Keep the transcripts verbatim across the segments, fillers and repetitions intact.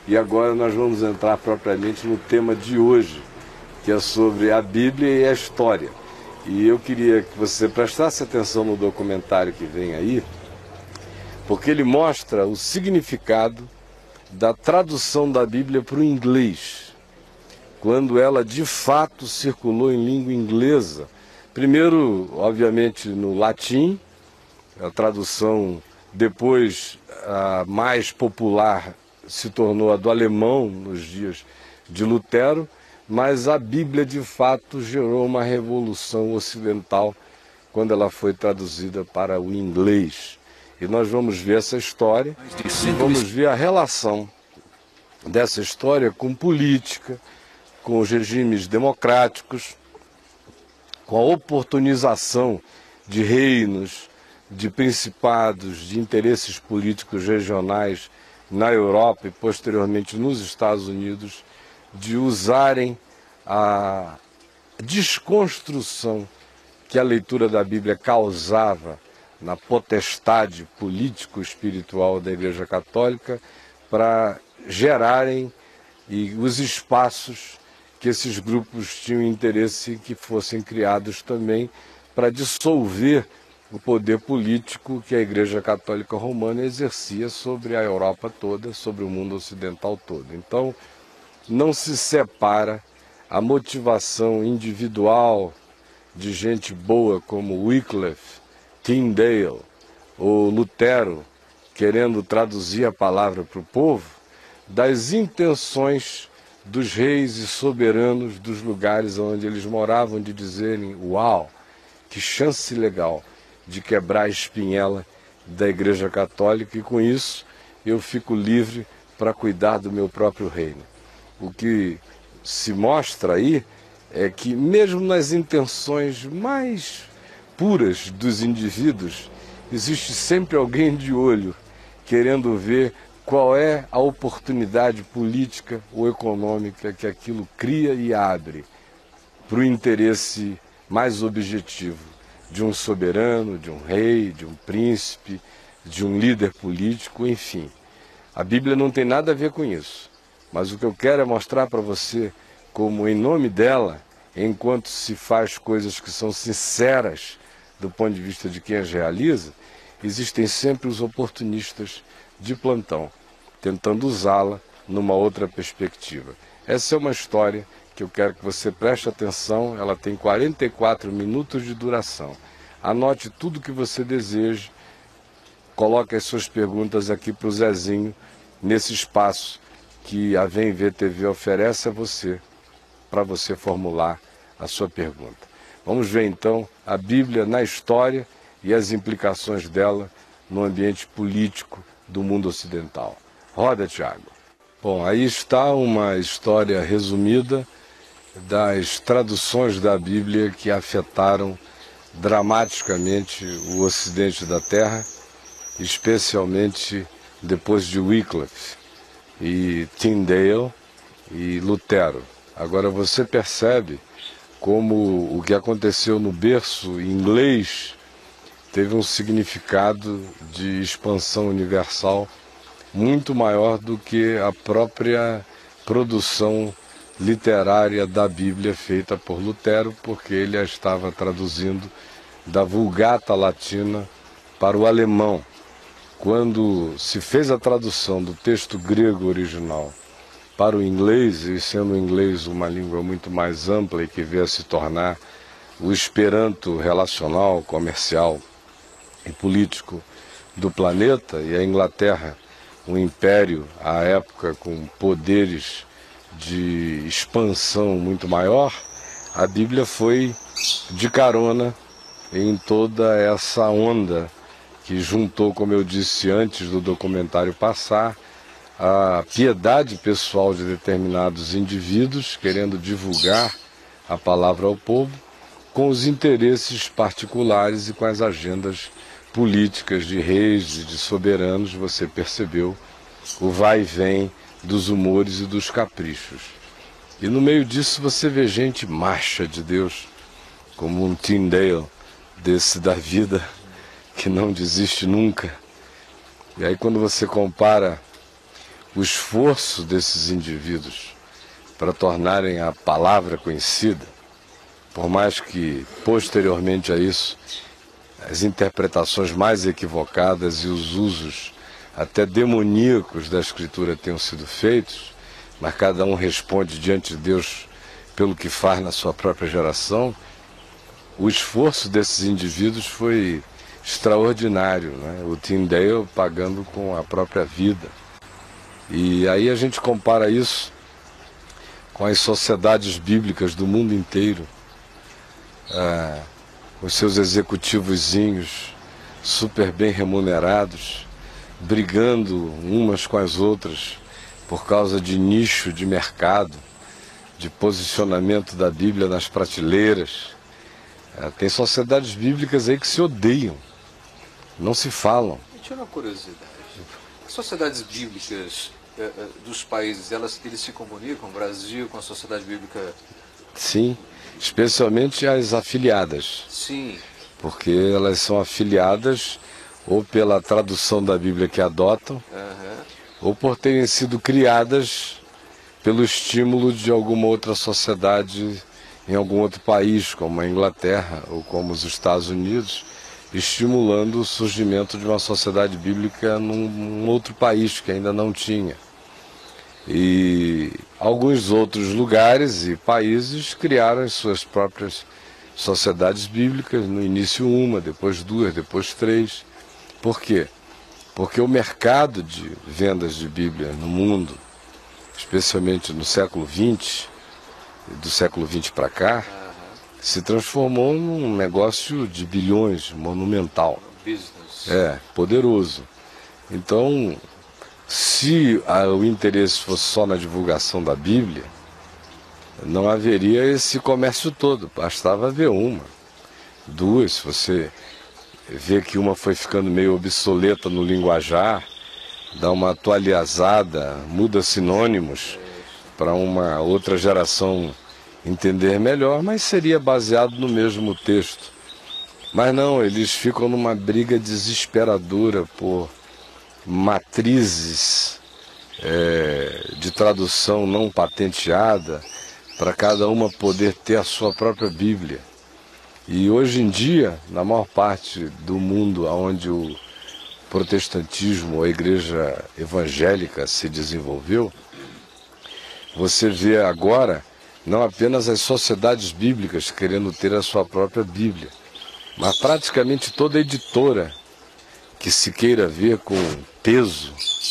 E agora nós vamos entrar propriamente no tema de hoje, que é sobre a Bíblia e a história. E eu queria que você prestasse atenção no documentário que vem aí, porque ele mostra o significado da tradução da Bíblia para o inglês, quando ela de fato circulou em língua inglesa. Primeiro, obviamente, no latim, a tradução depois a mais popular se tornou a do alemão nos dias de Lutero, mas a Bíblia de fato gerou uma revolução ocidental quando ela foi traduzida para o inglês. E nós vamos ver essa história, e vamos ver a relação dessa história com política, com os regimes democráticos, com a oportunização de reinos, de principados, de interesses políticos regionais na Europa e posteriormente nos Estados Unidos, de usarem a desconstrução que a leitura da Bíblia causava na potestade político-espiritual da Igreja Católica para gerarem e os espaços que esses grupos tinham interesse que fossem criados também para dissolver o poder político que a Igreja Católica Romana exercia sobre a Europa toda, sobre o mundo ocidental todo. Então, não se separa a motivação individual de gente boa como Wycliffe, Tyndale ou Lutero, querendo traduzir a palavra para o povo, das intenções dos reis e soberanos dos lugares onde eles moravam de dizerem: uau, que chance legal de quebrar a espinhela da Igreja Católica, e com isso eu fico livre para cuidar do meu próprio reino. O que se mostra aí é que mesmo nas intenções mais puras dos indivíduos, existe sempre alguém de olho querendo ver qual é a oportunidade política ou econômica que aquilo cria e abre para o interesse mais objetivo de um soberano, de um rei, de um príncipe, de um líder político, enfim. A Bíblia não tem nada a ver com isso, mas o que eu quero é mostrar para você como, em nome dela, enquanto se faz coisas que são sinceras do ponto de vista de quem as realiza, existem sempre os oportunistas de plantão, tentando usá-la numa outra perspectiva. Essa é uma história que eu quero que você preste atenção. Ela tem quarenta e quatro minutos de duração. Anote tudo que você deseja, coloque as suas perguntas aqui para o Zezinho, nesse espaço que a Vem Ver T V oferece a você, para você formular a sua pergunta. Vamos ver então a Bíblia na história e as implicações dela no ambiente político do mundo ocidental. Roda, Tiago. Bom, aí está uma história resumida das traduções da Bíblia que afetaram dramaticamente o ocidente da Terra, especialmente depois de Wycliffe e Tyndale e Lutero. Agora você percebe como o que aconteceu no berço inglês teve um significado de expansão universal muito maior do que a própria produção literária da Bíblia feita por Lutero, porque ele a estava traduzindo da Vulgata Latina para o alemão. Quando se fez a tradução do texto grego original para o inglês, e sendo o inglês uma língua muito mais ampla e que veio a se tornar o esperanto relacional, comercial e político do planeta, e a Inglaterra, um império à época com poderes de expansão muito maior, a Bíblia foi de carona em toda essa onda que juntou, como eu disse antes do documentário passar, a piedade pessoal de determinados indivíduos querendo divulgar a palavra ao povo, com os interesses particulares e com as agendas políticas de reis e de soberanos. Você percebeu o vai e vem dos humores e dos caprichos. E no meio disso você vê gente macha de Deus, como um Tyndale desse da vida, que não desiste nunca. E aí quando você compara o esforço desses indivíduos para tornarem a palavra conhecida, por mais que posteriormente a isso as interpretações mais equivocadas e os usos até demoníacos da Escritura tenham sido feitos, mas cada um responde diante de Deus pelo que faz na sua própria geração. O esforço desses indivíduos foi extraordinário, né? O Tyndale pagando com a própria vida. E aí a gente compara isso com as sociedades bíblicas do mundo inteiro, ah, os seus executivozinhos super bem remunerados, brigando umas com as outras por causa de nicho de mercado, de posicionamento da Bíblia nas prateleiras. Ah, tem sociedades bíblicas aí que se odeiam, não se falam. Me tira uma curiosidade. As sociedades bíblicas eh, eh, dos países, elas, eles se comunicam, o Brasil com a sociedade bíblica? Sim, especialmente as afiliadas. Sim. Porque elas são afiliadas ou pela tradução da Bíblia que adotam, Uhum. ou por terem sido criadas pelo estímulo de alguma outra sociedade em algum outro país, como a Inglaterra ou como os Estados Unidos, estimulando o surgimento de uma sociedade bíblica num, num outro país que ainda não tinha. E alguns outros lugares e países criaram as suas próprias sociedades bíblicas, no início uma, depois duas, depois três. Por quê? Porque o mercado de vendas de Bíblia no mundo, especialmente no século vinte, do século vinte para cá, uhum, se transformou num negócio de bilhões, monumental. Business. É, poderoso. Então, se a, o interesse fosse só na divulgação da Bíblia, não haveria esse comércio todo, bastava ver uma, duas. Se você vê que uma foi ficando meio obsoleta no linguajar, dá uma atualizada, muda sinônimos para uma outra geração entender melhor, mas seria baseado no mesmo texto. Mas não, eles ficam numa briga desesperadora por matrizes é, de tradução não patenteada, para cada uma poder ter a sua própria Bíblia. E hoje em dia, na maior parte do mundo onde o protestantismo, a igreja evangélica se desenvolveu, você vê agora não apenas as sociedades bíblicas querendo ter a sua própria Bíblia, mas praticamente toda editora que se queira ver com peso,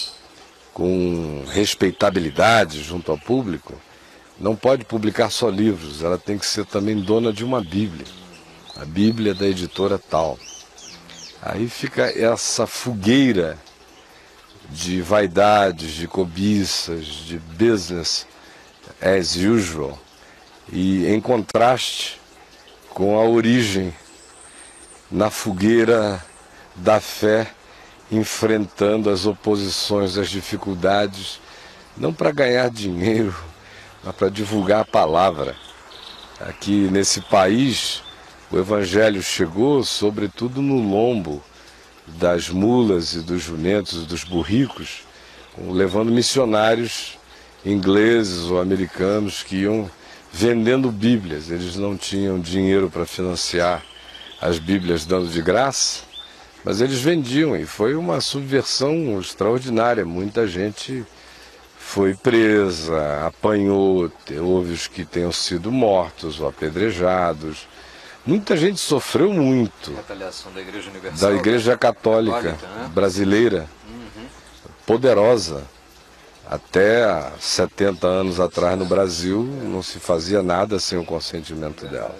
com respeitabilidade junto ao público, não pode publicar só livros, ela tem que ser também dona de uma Bíblia, a Bíblia da editora tal. Aí fica essa fogueira de vaidades, de cobiças, de business as usual, e em contraste com a origem na fogueira da fé, enfrentando as oposições, as dificuldades, não para ganhar dinheiro, mas para divulgar a palavra. Aqui nesse país, o Evangelho chegou sobretudo no lombo das mulas e dos jumentos e dos burricos, levando missionários ingleses ou americanos que iam vendendo Bíblias. Eles não tinham dinheiro para financiar as Bíblias dando de graça, mas eles vendiam, e foi uma subversão extraordinária. Muita gente foi presa, apanhou, houve os que tenham sido mortos ou apedrejados. Muita gente sofreu muito. Retaliação da Igreja Universal, da Igreja Católica, Católica, né? Brasileira, Uhum. poderosa. Até há setenta anos atrás no Brasil não se fazia nada sem o consentimento dela.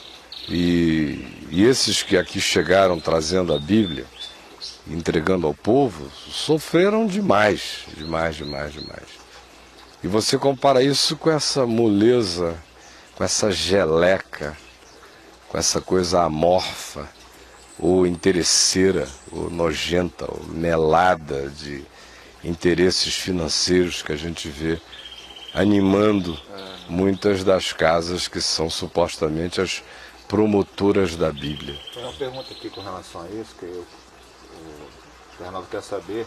E, e esses que aqui chegaram trazendo a Bíblia, entregando ao povo, sofreram demais, demais, demais, demais. E você compara isso com essa moleza, com essa geleca, com essa coisa amorfa, ou interesseira, ou nojenta, ou melada de interesses financeiros que a gente vê animando muitas das casas que são supostamente as promotoras da Bíblia. Tem uma pergunta aqui com relação a isso, que eu, o Fernando quer saber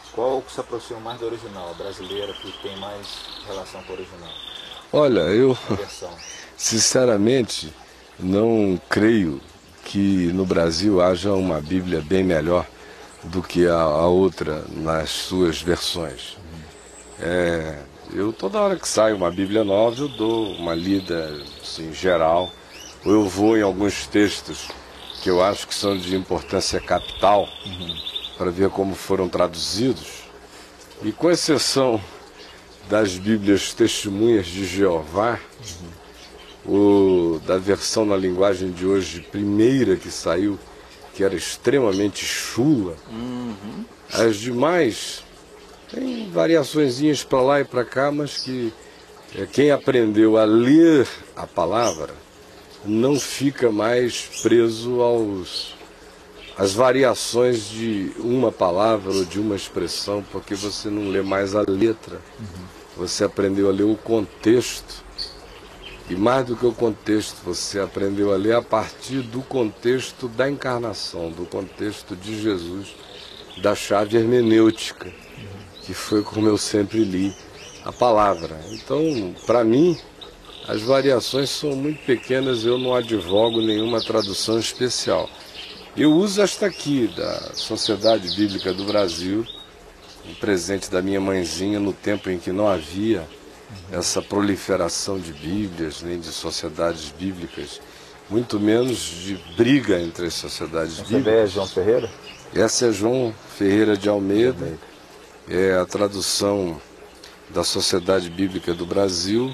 qual que se aproxima mais do original, a brasileira, que tem mais relação com o original? Olha, eu A versão. sinceramente não creio que no Brasil haja uma Bíblia bem melhor do que a, a outra nas suas versões. É, eu toda hora que sai uma Bíblia nova eu dou uma lida assim, geral, ou eu vou em alguns textos que eu acho que são de importância capital, uhum, para ver como foram traduzidos, e com exceção das Bíblias Testemunhas de Jeová, uhum, o, da versão na linguagem de hoje, primeira que saiu, que era extremamente chula, uhum, as demais tem variaçõezinhas para lá e para cá, mas que é, quem aprendeu a ler a palavra não fica mais preso aos às variações de uma palavra ou de uma expressão, porque você não lê mais a letra, uhum, você aprendeu a ler o contexto, e mais do que o contexto, você aprendeu a ler a partir do contexto da encarnação, do contexto de Jesus, da chave hermenêutica, que foi como eu sempre li a palavra. Então, para mim, as variações são muito pequenas, eu não advogo nenhuma tradução especial. Eu uso esta aqui, da Sociedade Bíblica do Brasil, um presente da minha mãezinha no tempo em que não havia essa proliferação de Bíblias, nem de sociedades bíblicas, muito menos de briga entre as sociedades Essa bíblicas. é João Ferreira? Essa é João Ferreira de Almeida. É a tradução da Sociedade Bíblica do Brasil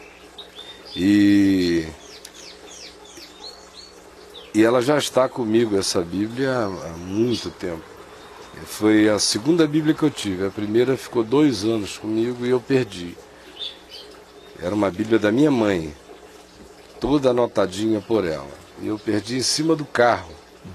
e, e ela já está comigo, essa Bíblia, há, há muito tempo. Foi a segunda Bíblia que eu tive, a primeira ficou dois anos comigo e eu perdi. Era uma Bíblia da minha mãe, toda anotadinha por ela, e eu perdi em cima do carro.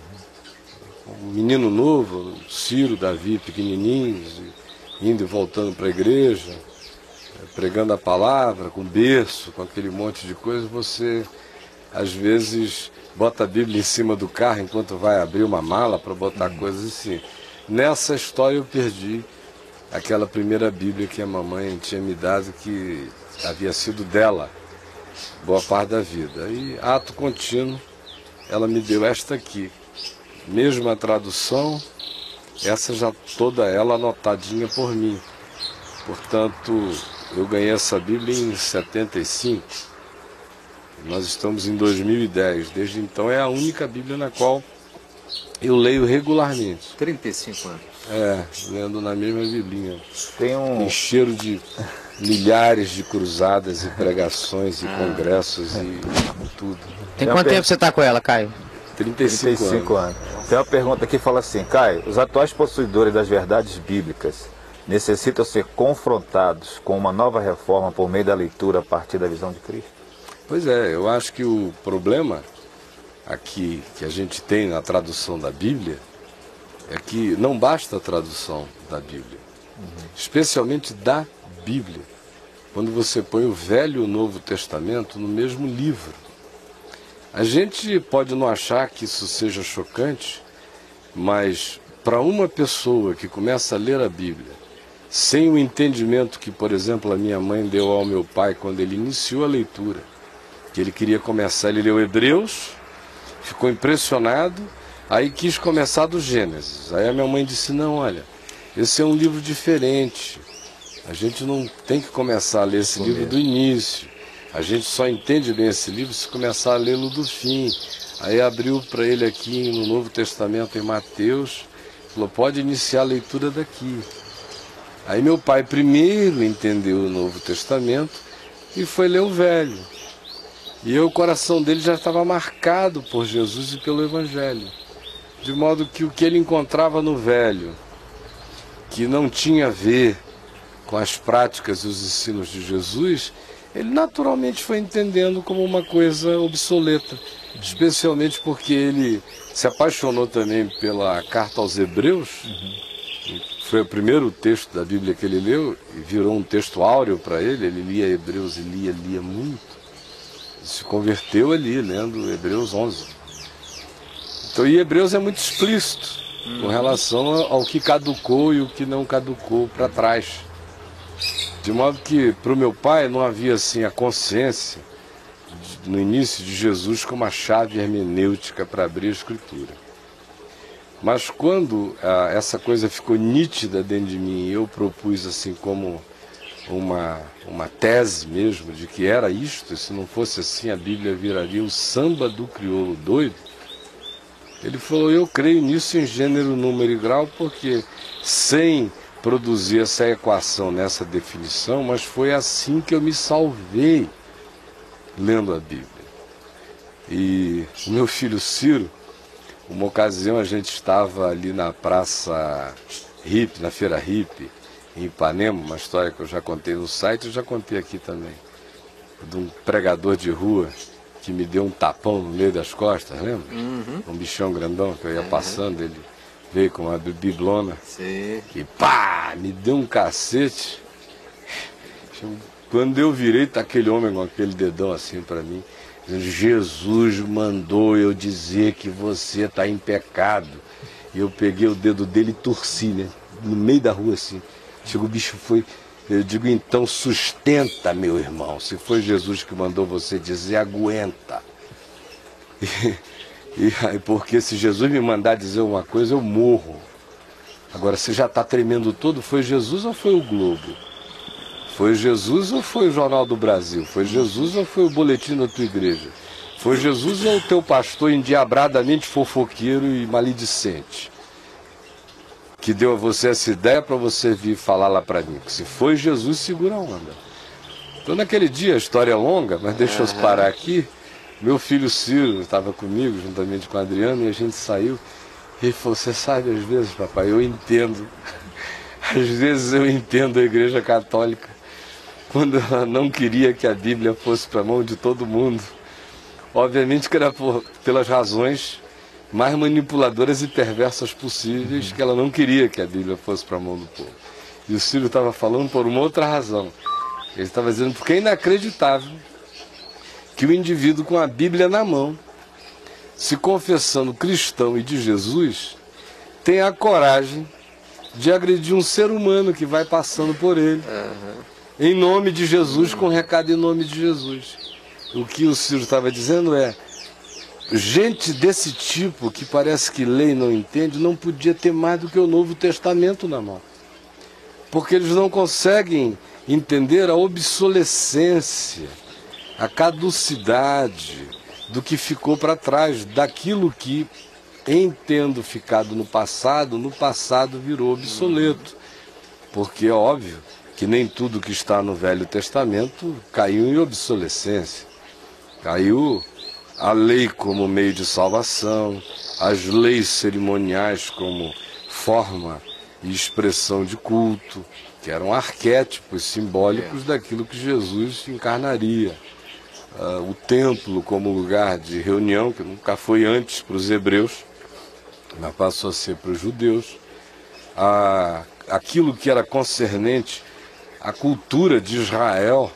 Um menino novo, Ciro, Davi, pequenininhos, indo e voltando para a igreja, pregando a palavra, com berço, com aquele monte de coisa, você às vezes bota a Bíblia em cima do carro enquanto vai abrir uma mala para botar hum. coisas assim. Nessa história eu perdi aquela primeira Bíblia que a mamãe tinha me dado, que havia sido dela boa parte da vida. E ato contínuo, ela me deu esta aqui, mesma tradução, essa já toda ela anotadinha por mim. Portanto, eu ganhei essa Bíblia em setenta e cinco, nós estamos em dois mil e dez, desde então é a única Bíblia na qual eu leio regularmente. trinta e cinco anos. É, lendo na mesma Biblinha. Tem um... Tem cheiro de milhares de cruzadas e pregações e ah. congressos e tudo. Tem quanto tempo você está com ela, Caio? trinta e cinco anos. Tem uma pergunta aqui que fala assim: Caio, os atuais possuidores das verdades bíblicas necessitam ser confrontados com uma nova reforma por meio da leitura a partir da visão de Cristo? Pois é, eu acho que o problema aqui que a gente tem na tradução da Bíblia é que não basta a tradução da Bíblia, uhum, especialmente da Bíblia, quando você põe o Velho e o Novo Testamento no mesmo livro. A gente pode não achar que isso seja chocante, mas para uma pessoa que começa a ler a Bíblia sem o entendimento que, por exemplo, a minha mãe deu ao meu pai quando ele iniciou a leitura, que ele queria começar, ele leu Hebreus, ficou impressionado, aí quis começar do Gênesis. Aí a minha mãe disse: não, olha, esse é um livro diferente, a gente não tem que começar a ler esse Começo. livro do início, a gente só entende bem esse livro se começar a lê-lo do fim. Aí abriu para ele aqui no Novo Testamento, em Mateus, falou: pode iniciar a leitura daqui. Aí meu pai primeiro entendeu o Novo Testamento e foi ler o Velho. E o coração dele já estava marcado por Jesus e pelo Evangelho. De modo que o que ele encontrava no Velho, que não tinha a ver com as práticas e os ensinos de Jesus, ele naturalmente foi entendendo como uma coisa obsoleta. Especialmente porque ele se apaixonou também pela carta aos Hebreus. Uhum. Foi o primeiro texto da Bíblia que ele leu e virou um texto áureo para ele. Ele lia Hebreus e lia, lia muito. Ele se converteu ali, lendo Hebreus onze. Então, e Hebreus é muito explícito. hum. com relação ao que caducou e o que não caducou para trás. De modo que para o meu pai não havia assim a consciência no início de Jesus como a chave hermenêutica para abrir a Escritura. Mas quando ah, essa coisa ficou nítida dentro de mim, eu propus assim como uma, uma tese mesmo de que era isto, e se não fosse assim a Bíblia viraria o samba do crioulo doido. Ele falou, eu creio nisso em gênero, número e grau, porque sem produzir essa equação nessa definição, mas foi assim que eu me salvei lendo a Bíblia. E o meu filho Ciro, uma ocasião a gente estava ali na praça hippie, na feira hippie, em Ipanema, uma história que eu já contei no site, eu já contei aqui também, de um pregador de rua que me deu um tapão no meio das costas, lembra? Uhum. Um bichão grandão que eu ia uhum. passando, ele veio com uma biblona. Sim. E pá, me deu um cacete. Quando eu virei, tá aquele homem com aquele dedão assim para mim, dizendo, Jesus mandou eu dizer que você está em pecado. E eu peguei o dedo dele e torci, né? No meio da rua assim. Chegou o bicho, foi... Eu digo, então sustenta, meu irmão. Se foi Jesus que mandou você dizer, aguenta. E, e, porque se Jesus me mandar dizer uma coisa, eu morro. Agora, se já está tremendo todo, foi Jesus ou foi o Globo? Foi Jesus ou foi o Jornal do Brasil? Foi Jesus ou foi o boletim da tua igreja? Foi Jesus ou o teu pastor endiabradamente fofoqueiro e maledicente? Que deu a você essa ideia para você vir falar lá para mim. Que se foi Jesus, segura a onda. Então naquele dia, a história é longa, mas deixa eu parar aqui. Meu filho Ciro estava comigo, juntamente com o Adriano, e a gente saiu. E ele falou, você sabe, às vezes, papai, eu entendo. Às vezes eu entendo a Igreja Católica. Quando ela não queria que a Bíblia fosse para a mão de todo mundo. Obviamente que era por, pelas razões mais manipuladoras e perversas possíveis, que ela não queria que a Bíblia fosse para a mão do povo. E o Ciro estava falando por uma outra razão. Ele estava dizendo, porque é inacreditável que o indivíduo com a Bíblia na mão, se confessando cristão e de Jesus, tenha a coragem de agredir um ser humano que vai passando por ele, uhum. em nome de Jesus, com recado em nome de Jesus. O que o Ciro estava dizendo é, gente desse tipo, que parece que lê e não entende, não podia ter mais do que o Novo Testamento na mão. Porque eles não conseguem entender a obsolescência, a caducidade do que ficou para trás, daquilo que, em tendo ficado no passado, no passado virou obsoleto. Porque é óbvio que nem tudo que está no Velho Testamento caiu em obsolescência. Caiu a lei como meio de salvação, as leis cerimoniais como forma e expressão de culto, que eram arquétipos simbólicos daquilo que Jesus encarnaria. Uh, o templo como lugar de reunião, que nunca foi antes para os hebreus, mas passou a ser para os judeus. Uh, aquilo que era concernente à cultura de Israel.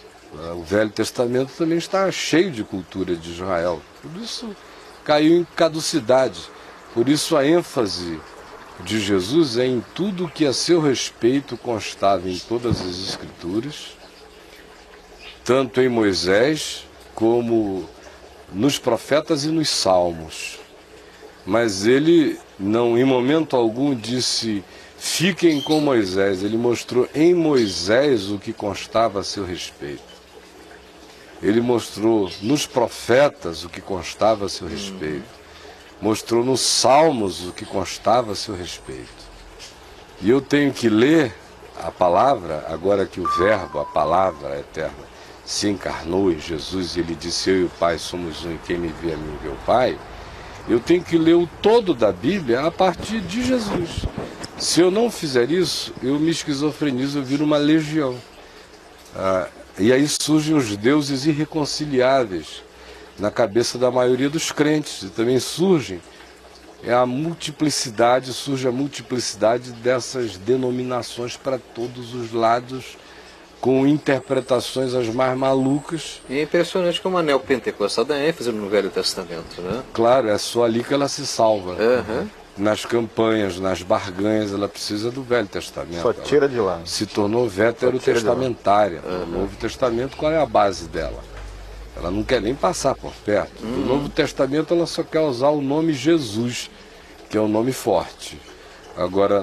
O Velho Testamento também está cheio de cultura de Israel. Tudo isso caiu em caducidade. Por isso a ênfase de Jesus é em tudo que a seu respeito constava em todas as Escrituras, tanto em Moisés como nos profetas e nos salmos. Mas ele não, em momento algum, disse, fiquem com Moisés. Ele mostrou em Moisés o que constava a seu respeito. Ele mostrou nos profetas o que constava a seu respeito. Mostrou nos salmos o que constava a seu respeito. E eu tenho que ler a palavra, agora que o verbo, a palavra eterna, se encarnou em Jesus e ele disse, eu e o Pai somos um e quem me vê a mim vê o Pai. Eu tenho que ler o todo da Bíblia a partir de Jesus. Se eu não fizer isso, eu me esquizofrenizo, eu viro uma legião. Ah, E aí surgem os deuses irreconciliáveis na cabeça da maioria dos crentes. E também surgem é a multiplicidade, surge a multiplicidade dessas denominações para todos os lados, com interpretações as mais malucas. E é impressionante como a neopentecostal dá ênfase no Velho Testamento, né? Claro, é só ali que ela se salva. Uhum. nas campanhas, nas barganhas, ela precisa do Velho Testamento. Só tira de lá. Ela se tornou veterotestamentária. O Novo Testamento, qual é a base dela? Ela não quer nem passar por perto. No Novo Testamento ela só quer usar o nome Jesus, que é um nome forte. Agora,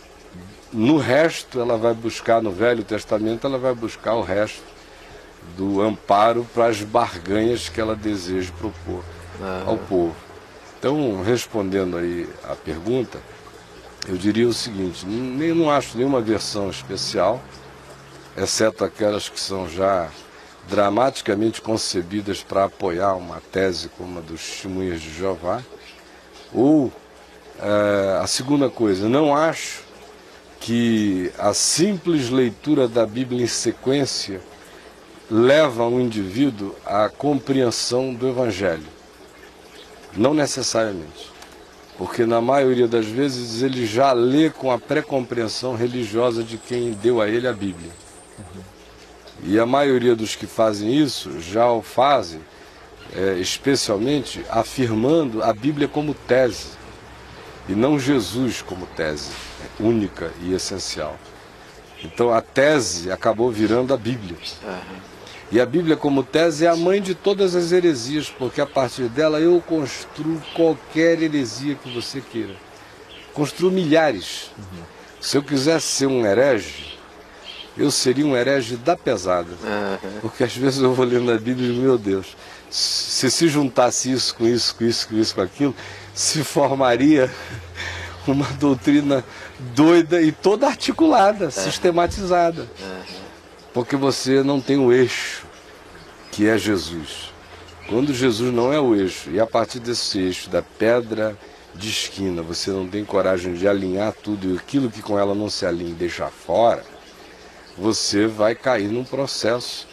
no resto, ela vai buscar, no Velho Testamento, ela vai buscar o resto do amparo para as barganhas que ela deseja propor ah. ao povo. Então, respondendo aí a pergunta, eu diria o seguinte, nem não acho nenhuma versão especial, exceto aquelas que são já dramaticamente concebidas para apoiar uma tese como a dos Testemunhas de Jeová. Ou, é, a segunda coisa, não acho que a simples leitura da Bíblia em sequência leva um indivíduo à compreensão do Evangelho. Não necessariamente. Porque na maioria das vezes ele já lê com a pré-compreensão religiosa de quem deu a ele a Bíblia. Uhum. E a maioria dos que fazem isso já o fazem, é, especialmente afirmando a Bíblia como tese, e não Jesus como tese, única e essencial. Então a tese acabou virando a Bíblia. Uhum. E a Bíblia como tese é a mãe de todas as heresias, porque a partir dela eu construo qualquer heresia que você queira. Construo milhares. Uhum. Se eu quisesse ser um herege, eu seria um herege da pesada. Uhum. Porque às vezes eu vou lendo a Bíblia e digo, meu Deus, se se juntasse isso com isso, com isso, com isso, com aquilo, se formaria uma doutrina doida e toda articulada, uhum. sistematizada. Uhum. Porque você não tem o eixo, que é Jesus. Quando Jesus não é o eixo, e a partir desse eixo, da pedra de esquina, você não tem coragem de alinhar tudo, e aquilo que com ela não se alinha e deixar fora, você vai cair num processo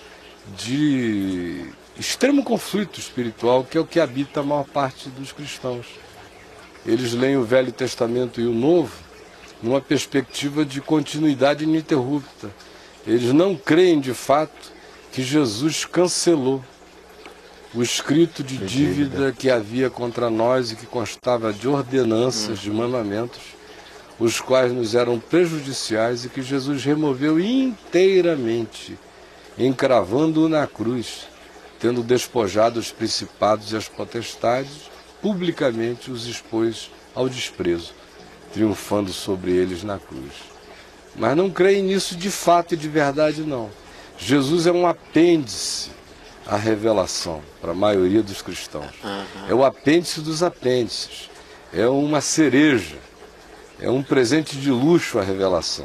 de extremo conflito espiritual, que é o que habita a maior parte dos cristãos. Eles leem o Velho Testamento e o Novo numa perspectiva de continuidade ininterrupta. Eles não creem de fato que Jesus cancelou o escrito de dívida que havia contra nós e que constava de ordenanças, de mandamentos, os quais nos eram prejudiciais e que Jesus removeu inteiramente, encravando-o na cruz, tendo despojado os principados e as potestades, publicamente os expôs ao desprezo, triunfando sobre eles na cruz. Mas não creem nisso de fato e de verdade, não. Jesus é um apêndice à revelação, para a maioria dos cristãos. É o apêndice dos apêndices. É uma cereja. É um presente de luxo à revelação.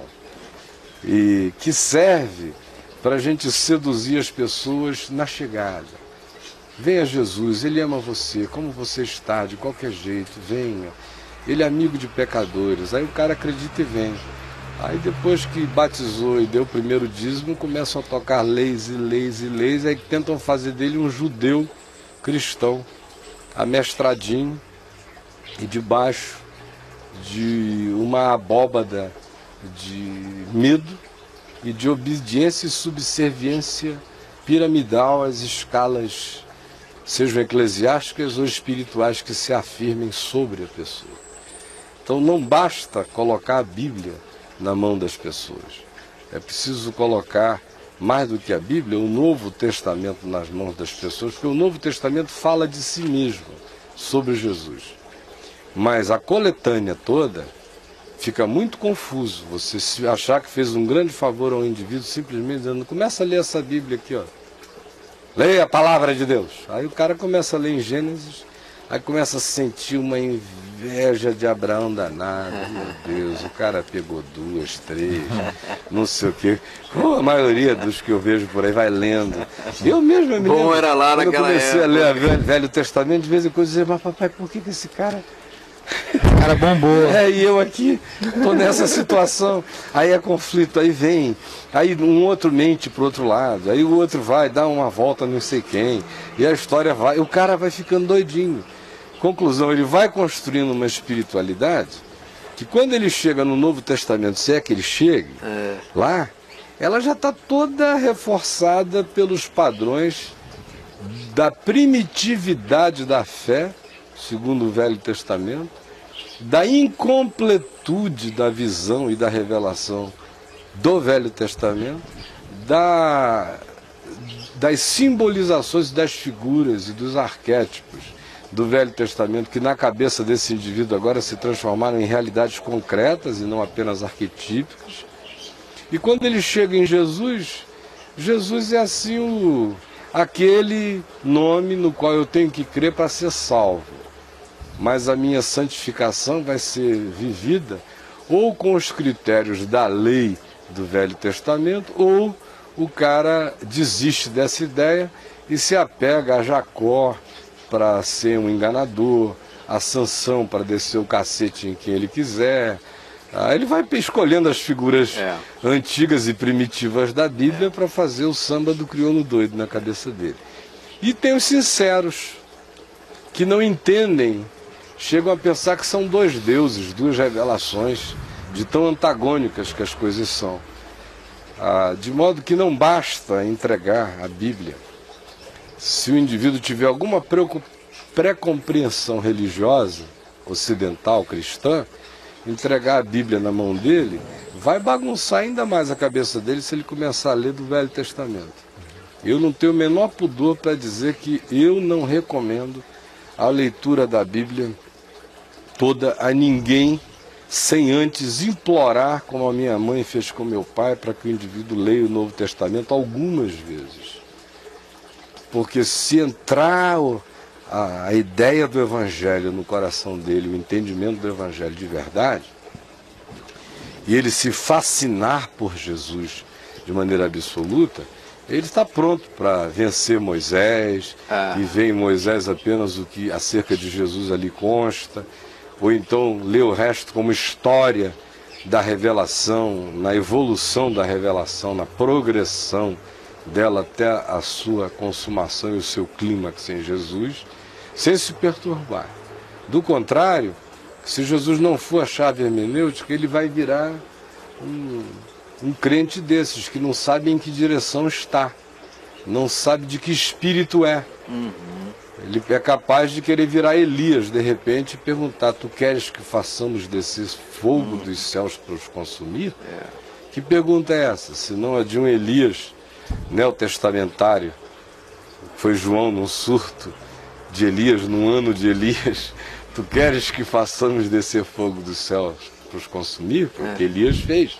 E que serve para a gente seduzir as pessoas na chegada. Venha Jesus, Ele ama você, como você está, de qualquer jeito, venha. Ele é amigo de pecadores. Aí o cara acredita e vem. Aí depois que batizou e deu o primeiro dízimo, começam a tocar leis e leis e leis, aí tentam fazer dele um judeu cristão, amestradinho e debaixo de uma abóbada de medo e de obediência e subserviência piramidal às escalas, sejam eclesiásticas ou espirituais, que se afirmem sobre a pessoa. Então não basta colocar a Bíblia na mão das pessoas. É preciso colocar, mais do que a Bíblia, o Novo Testamento nas mãos das pessoas, porque o Novo Testamento fala de si mesmo, sobre Jesus. Mas a coletânea toda fica muito confuso. Você se achar que fez um grande favor ao indivíduo simplesmente dizendo, começa a ler essa Bíblia aqui, ó. Leia a palavra de Deus. Aí o cara começa a ler em Gênesis, aí começa a sentir uma inveja de Abraão danada. Meu Deus, o cara pegou duas, três, não sei o quê. Pô, a maioria dos que eu vejo por aí vai lendo. Eu mesmo, eu me Bom lembro, era lá quando naquela eu comecei época. a ler o Velho Testamento, de vez em quando eu dizia, mas papai, por que, que esse cara... O cara bombou. É, e eu aqui tô nessa situação. Aí é conflito, aí vem, aí um outro mente pro outro lado, aí o outro vai dar uma volta não sei quem, e a história vai, o cara vai ficando doidinho. Conclusão, ele vai construindo uma espiritualidade que quando ele chega no Novo Testamento, se é que ele chegue é. lá, ela já está toda reforçada pelos padrões da primitividade da fé, segundo o Velho Testamento, da incompletude da visão e da revelação do Velho Testamento, da, das simbolizações das figuras e dos arquétipos do Velho Testamento, que na cabeça desse indivíduo agora se transformaram em realidades concretas e não apenas arquetípicas. E quando ele chega em Jesus, Jesus é assim o, aquele nome no qual eu tenho que crer para ser salvo. Mas a minha santificação vai ser vivida ou com os critérios da lei do Velho Testamento, ou o cara desiste dessa ideia e se apega a Jacó para ser um enganador, a Sansão para descer o cacete em quem ele quiser. Ah, ele vai escolhendo as figuras é. antigas e primitivas da Bíblia é. para fazer o samba do crioulo doido na cabeça dele. E tem os sinceros, que não entendem, chegam a pensar que são dois deuses, duas revelações, de tão antagônicas que as coisas são. Ah, de modo que não basta entregar a Bíblia. Se o indivíduo tiver alguma pré-compreensão religiosa, ocidental, cristã, entregar a Bíblia na mão dele, vai bagunçar ainda mais a cabeça dele se ele começar a ler do Velho Testamento. Eu não tenho o menor pudor para dizer que eu não recomendo a leitura da Bíblia toda a ninguém, sem antes implorar, como a minha mãe fez com meu pai, para que o indivíduo leia o Novo Testamento algumas vezes. Porque se entrar a, a ideia do Evangelho no coração dele, o entendimento do Evangelho de verdade, e ele se fascinar por Jesus de maneira absoluta, ele está pronto para vencer Moisés, ah. e ver em Moisés apenas o que acerca de Jesus ali consta, ou então ler o resto como história da revelação, na evolução da revelação, na progressão dela até a sua consumação e o seu clímax em Jesus, sem se perturbar. Do contrário, se Jesus não for a chave hermenêutica, ele vai virar um, um crente desses, que não sabe em que direção está, não sabe de que espírito é. Uhum. Ele é capaz de querer virar Elias, de repente, e perguntar: tu queres que façamos descer fogo dos céus para os consumir? É. Que pergunta é essa? Se não a de um Elias neotestamentário. Foi João num surto de Elias, num ano de Elias. Tu queres que façamos descer fogo dos céus para os consumir? Foi o que Elias fez.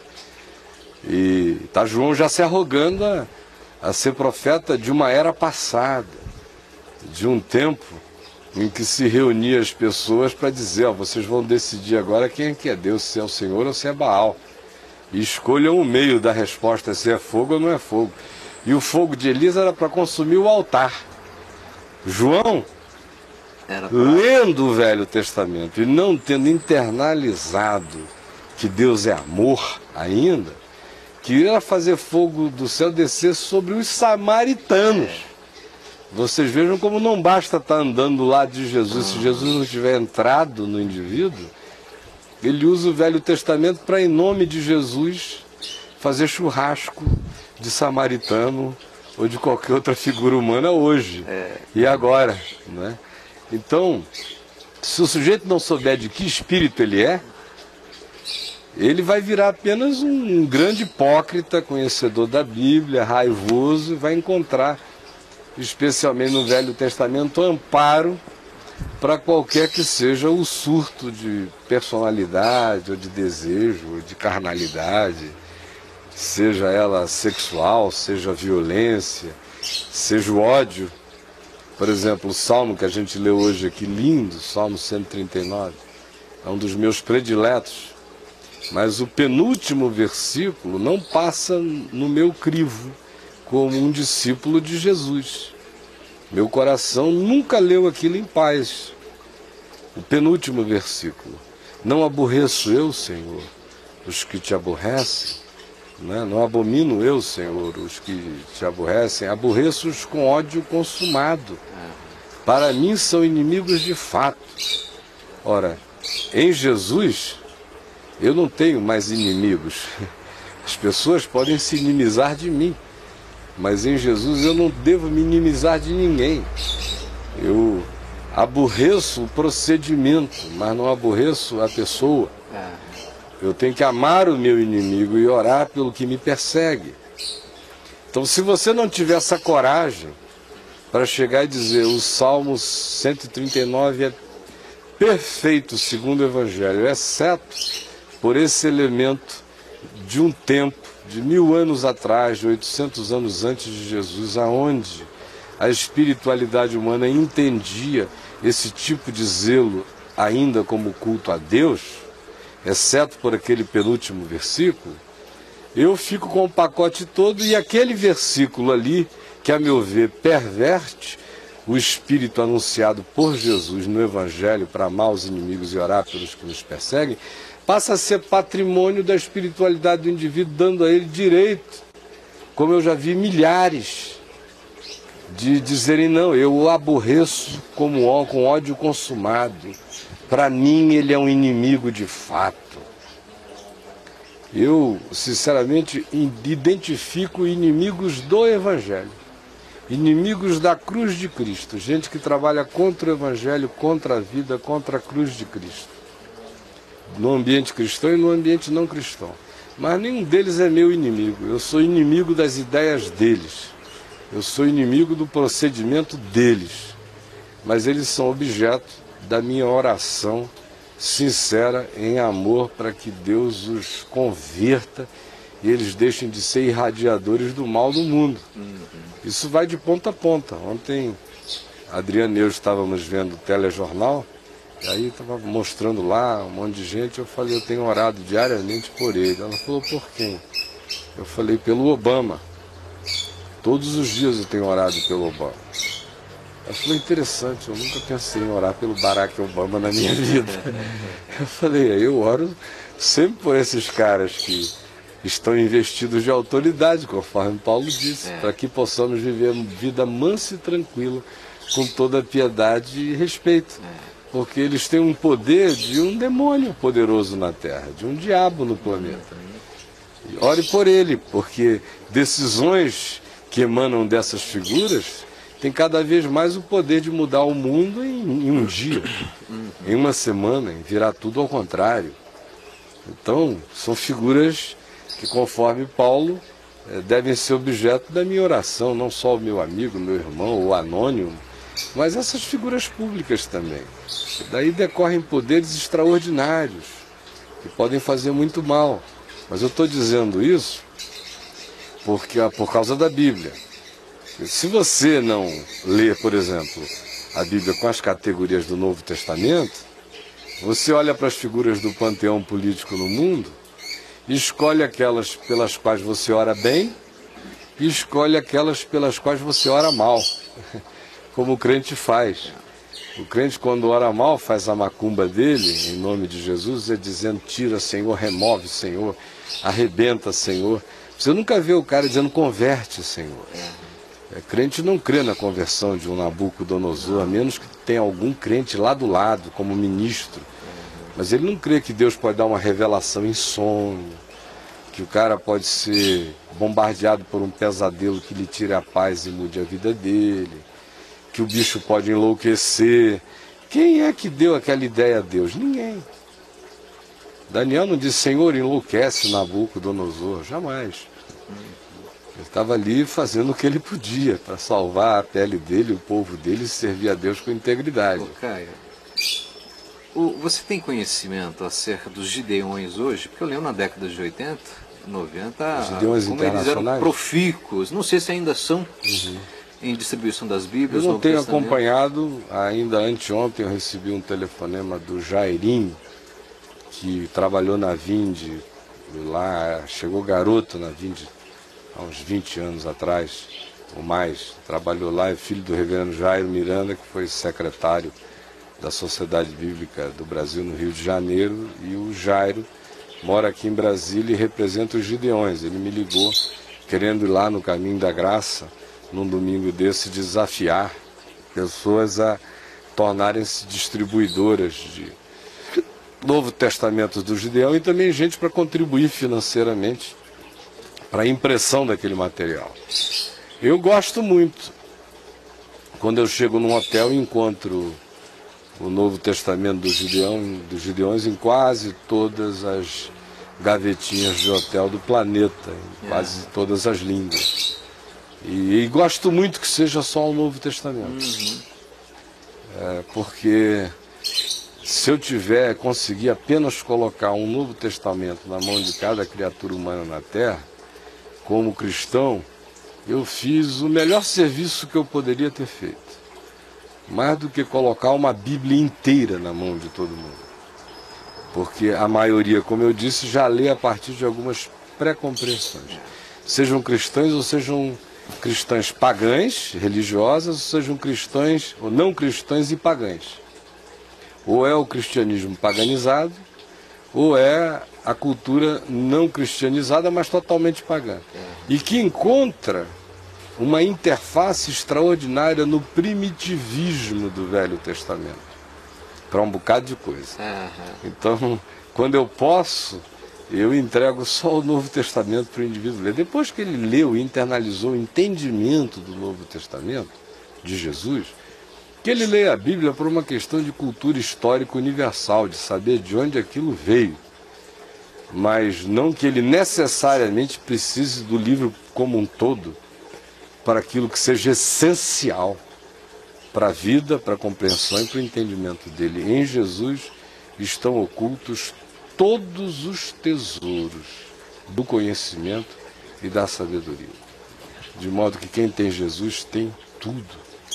E está João já se arrogando a, a ser profeta de uma era passada, de um tempo em que se reunia as pessoas para dizer: ó, vocês vão decidir agora quem é que é Deus, se é o Senhor ou se é Baal. E escolham o meio da resposta, se é fogo ou não é fogo. E o fogo de Elias era para consumir o altar. João, era pra... lendo o Velho Testamento e não tendo internalizado que Deus é amor ainda, queria fazer fogo do céu descer sobre os samaritanos. É. Vocês vejam como não basta estar andando do lado de Jesus. Se Jesus não tiver entrado no indivíduo, ele usa o Velho Testamento para, em nome de Jesus, fazer churrasco de samaritano ou de qualquer outra figura humana hoje é. e agora, né? Então, se o sujeito não souber de que espírito ele é, ele vai virar apenas um grande hipócrita, conhecedor da Bíblia, raivoso, e vai encontrar, especialmente no Velho Testamento, amparo para qualquer que seja o surto de personalidade, ou de desejo, ou de carnalidade, seja ela sexual, seja violência, seja o ódio. Por exemplo, o salmo que a gente leu hoje aqui, lindo, Salmo cento e trinta e nove, é um dos meus prediletos, mas o penúltimo versículo não passa no meu crivo como um discípulo de Jesus. Meu coração nunca leu aquilo em paz. O penúltimo versículo: não aborreço eu, Senhor, os que te aborrecem, né? Não abomino eu, Senhor, os que te aborrecem, aborreço-os com ódio consumado. Para mim são inimigos de fato. Ora, em Jesus eu não tenho mais inimigos. As pessoas podem se inimizar de mim, mas em Jesus eu não devo me inimizar de ninguém. Eu Aborreço o procedimento, mas não aborreço a pessoa. Eu tenho que amar o meu inimigo e orar pelo que me persegue. Então, se você não tiver essa coragem para chegar e dizer o Salmo cento e trinta e nove é perfeito segundo o Evangelho, exceto por esse elemento de um tempo, de mil anos atrás, de oitocentos anos antes de Jesus, aonde a espiritualidade humana entendia esse tipo de zelo ainda como culto a Deus, exceto por aquele penúltimo versículo, eu fico com o pacote todo e aquele versículo ali, que a meu ver perverte o espírito anunciado por Jesus no Evangelho para amar os inimigos e orar pelos que nos perseguem, passa a ser patrimônio da espiritualidade do indivíduo, dando a ele direito, como eu já vi milhares, de dizerem, não, eu o aborreço como ó, com ódio consumado. Para mim ele é um inimigo de fato. Eu, sinceramente, identifico inimigos do Evangelho, inimigos da cruz de Cristo, gente que trabalha contra o Evangelho, contra a vida, contra a cruz de Cristo, no ambiente cristão e no ambiente não cristão. Mas nenhum deles é meu inimigo, eu sou inimigo das ideias deles. Eu sou inimigo do procedimento deles, mas eles são objeto da minha oração sincera em amor para que Deus os converta e eles deixem de ser irradiadores do mal do mundo. Isso vai de ponta a ponta. Ontem, Adriano e eu estávamos vendo o telejornal, e aí estava mostrando lá um monte de gente, eu falei, eu tenho orado diariamente por ele. Ela falou, por quem? Eu falei, pelo Obama. Todos os dias eu tenho orado pelo Obama. Eu falei, interessante, eu nunca pensei em orar pelo Barack Obama na minha vida. Eu falei, eu oro sempre por esses caras que estão investidos de autoridade, conforme Paulo disse, para que possamos viver uma vida mansa e tranquila, com toda piedade e respeito. Porque eles têm um poder de um demônio poderoso na Terra, de um diabo no planeta. E ore por ele, porque decisões que emanam dessas figuras têm cada vez mais o poder de mudar o mundo em, em um dia, em uma semana, em virar tudo ao contrário. Então, são figuras que, conforme Paulo, eh, devem ser objeto da minha oração, não só o meu amigo, meu irmão, o anônimo, mas essas figuras públicas também. Daí decorrem poderes extraordinários, que podem fazer muito mal. Mas eu estou dizendo isso porque, por causa da Bíblia. Se você não ler, por exemplo, a Bíblia com as categorias do Novo Testamento, você olha para as figuras do panteão político no mundo e escolhe aquelas pelas quais você ora bem e escolhe aquelas pelas quais você ora mal, como o crente faz. O crente, quando ora mal, faz a macumba dele, em nome de Jesus, é dizendo, tira, Senhor, remove, Senhor, arrebenta, Senhor. Você nunca vê o cara dizendo, converte, Senhor. É, crente não crê na conversão de um Nabucodonosor, a menos que tenha algum crente lá do lado, como ministro. Mas ele não crê que Deus pode dar uma revelação em sonho, que o cara pode ser bombardeado por um pesadelo que lhe tire a paz e mude a vida dele, que o bicho pode enlouquecer. Quem é que deu aquela ideia a Deus? Ninguém. Daniel não disse, Senhor, enlouquece Nabucodonosor, jamais. Ele estava ali fazendo o que ele podia para salvar a pele dele, o povo dele e servir a Deus com integridade. Ô, Caio, o, você tem conhecimento acerca dos Gideões hoje? Porque eu lembro na década de oitenta, noventa, Os Gideões como eles eram internacionais? profícuos. Não sei se ainda são Uhum. em distribuição das Eu Bíblias. não Novo tenho Testamento. acompanhado, ainda anteontem eu recebi um telefonema do Jairinho, que trabalhou na Vinde, lá, chegou garoto na Vinde há uns vinte anos atrás, ou mais, trabalhou lá, é filho do reverendo Jairo Miranda, que foi secretário da Sociedade Bíblica do Brasil no Rio de Janeiro, e o Jairo mora aqui em Brasília e representa os Gideões. Ele me ligou querendo ir lá no Caminho da Graça, num domingo desse, desafiar pessoas a tornarem-se distribuidoras de Novo Testamento do Gideão e também gente para contribuir financeiramente para a impressão daquele material. Eu gosto muito quando eu chego num hotel e encontro o Novo Testamento dos, Gideão, dos Gideões em quase todas as gavetinhas de hotel do planeta, em quase yeah. todas as línguas. E, e gosto muito que seja só o Novo Testamento. Uhum. É, porque se eu tiver, conseguir apenas colocar um Novo Testamento na mão de cada criatura humana na Terra, como cristão, eu fiz o melhor serviço que eu poderia ter feito. Mais do que colocar uma Bíblia inteira na mão de todo mundo. Porque a maioria, como eu disse, já lê a partir de algumas pré-compreensões. Sejam cristãos ou sejam cristãs pagãs, religiosas, ou sejam cristãs ou não cristãs e pagãs. Ou é o cristianismo paganizado, ou é a cultura não cristianizada, mas totalmente pagã. E que encontra uma interface extraordinária no primitivismo do Velho Testamento, para um bocado de coisa. Uhum. Então, quando eu posso, eu entrego só o Novo Testamento para o indivíduo ler. Depois que ele leu e internalizou o entendimento do Novo Testamento, de Jesus, que ele leia a Bíblia por uma questão de cultura histórica universal, de saber de onde aquilo veio. Mas não que ele necessariamente precise do livro como um todo, para aquilo que seja essencial para a vida, para a compreensão e para o entendimento dele. Em Jesus estão ocultos todos os tesouros do conhecimento e da sabedoria. De modo que quem tem Jesus tem tudo.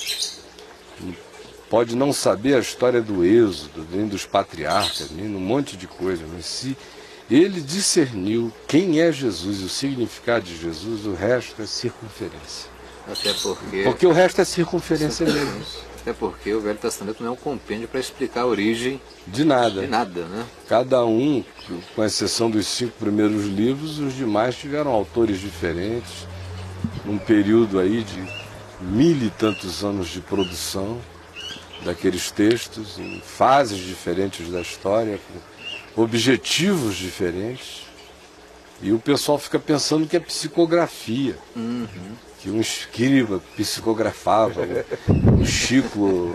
Pode não saber a história do Êxodo, nem dos patriarcas, nem um monte de coisa, mas se ele discerniu quem é Jesus e o significado de Jesus, o resto é circunferência. Até porque... porque o resto é circunferência mesmo. Até porque o Velho Testamento não é um compêndio para explicar a origem de nada. De nada, né? Cada um, com exceção dos cinco primeiros livros, os demais tiveram autores diferentes, num período aí de mil e tantos anos de produção daqueles textos, em fases diferentes da história, com objetivos diferentes. E o pessoal fica pensando que é psicografia. Uhum. Que um escriba psicografava, o Chico,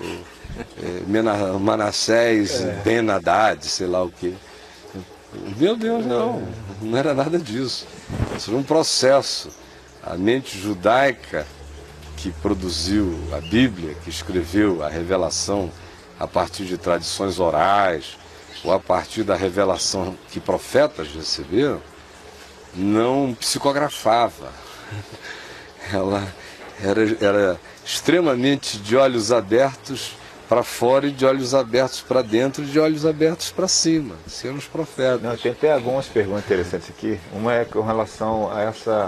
é, Manassés, é. Ben Haddad, sei lá o quê. Meu Deus, não, não era nada disso. Isso era um processo. A mente judaica que produziu a Bíblia, que escreveu a revelação a partir de tradições orais, ou a partir da revelação que profetas receberam, não psicografava. Ela era, era extremamente de olhos abertos para fora e de olhos abertos para dentro e de olhos abertos para cima. Sendo os profetas. Não, tem até algumas perguntas interessantes aqui. Uma é com relação a essa,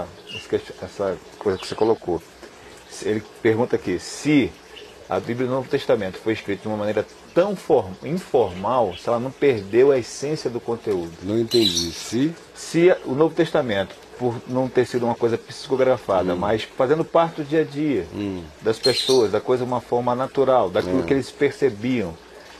essa coisa que você colocou. Ele pergunta aqui, se a Bíblia do Novo Testamento foi escrita de uma maneira tão form, informal, se ela não perdeu a essência do conteúdo. Não entendi. Se, se o Novo Testamento, por não ter sido uma coisa psicografada, hum. mas fazendo parte do dia a dia hum. das pessoas, da coisa de uma forma natural, daquilo é. que eles percebiam,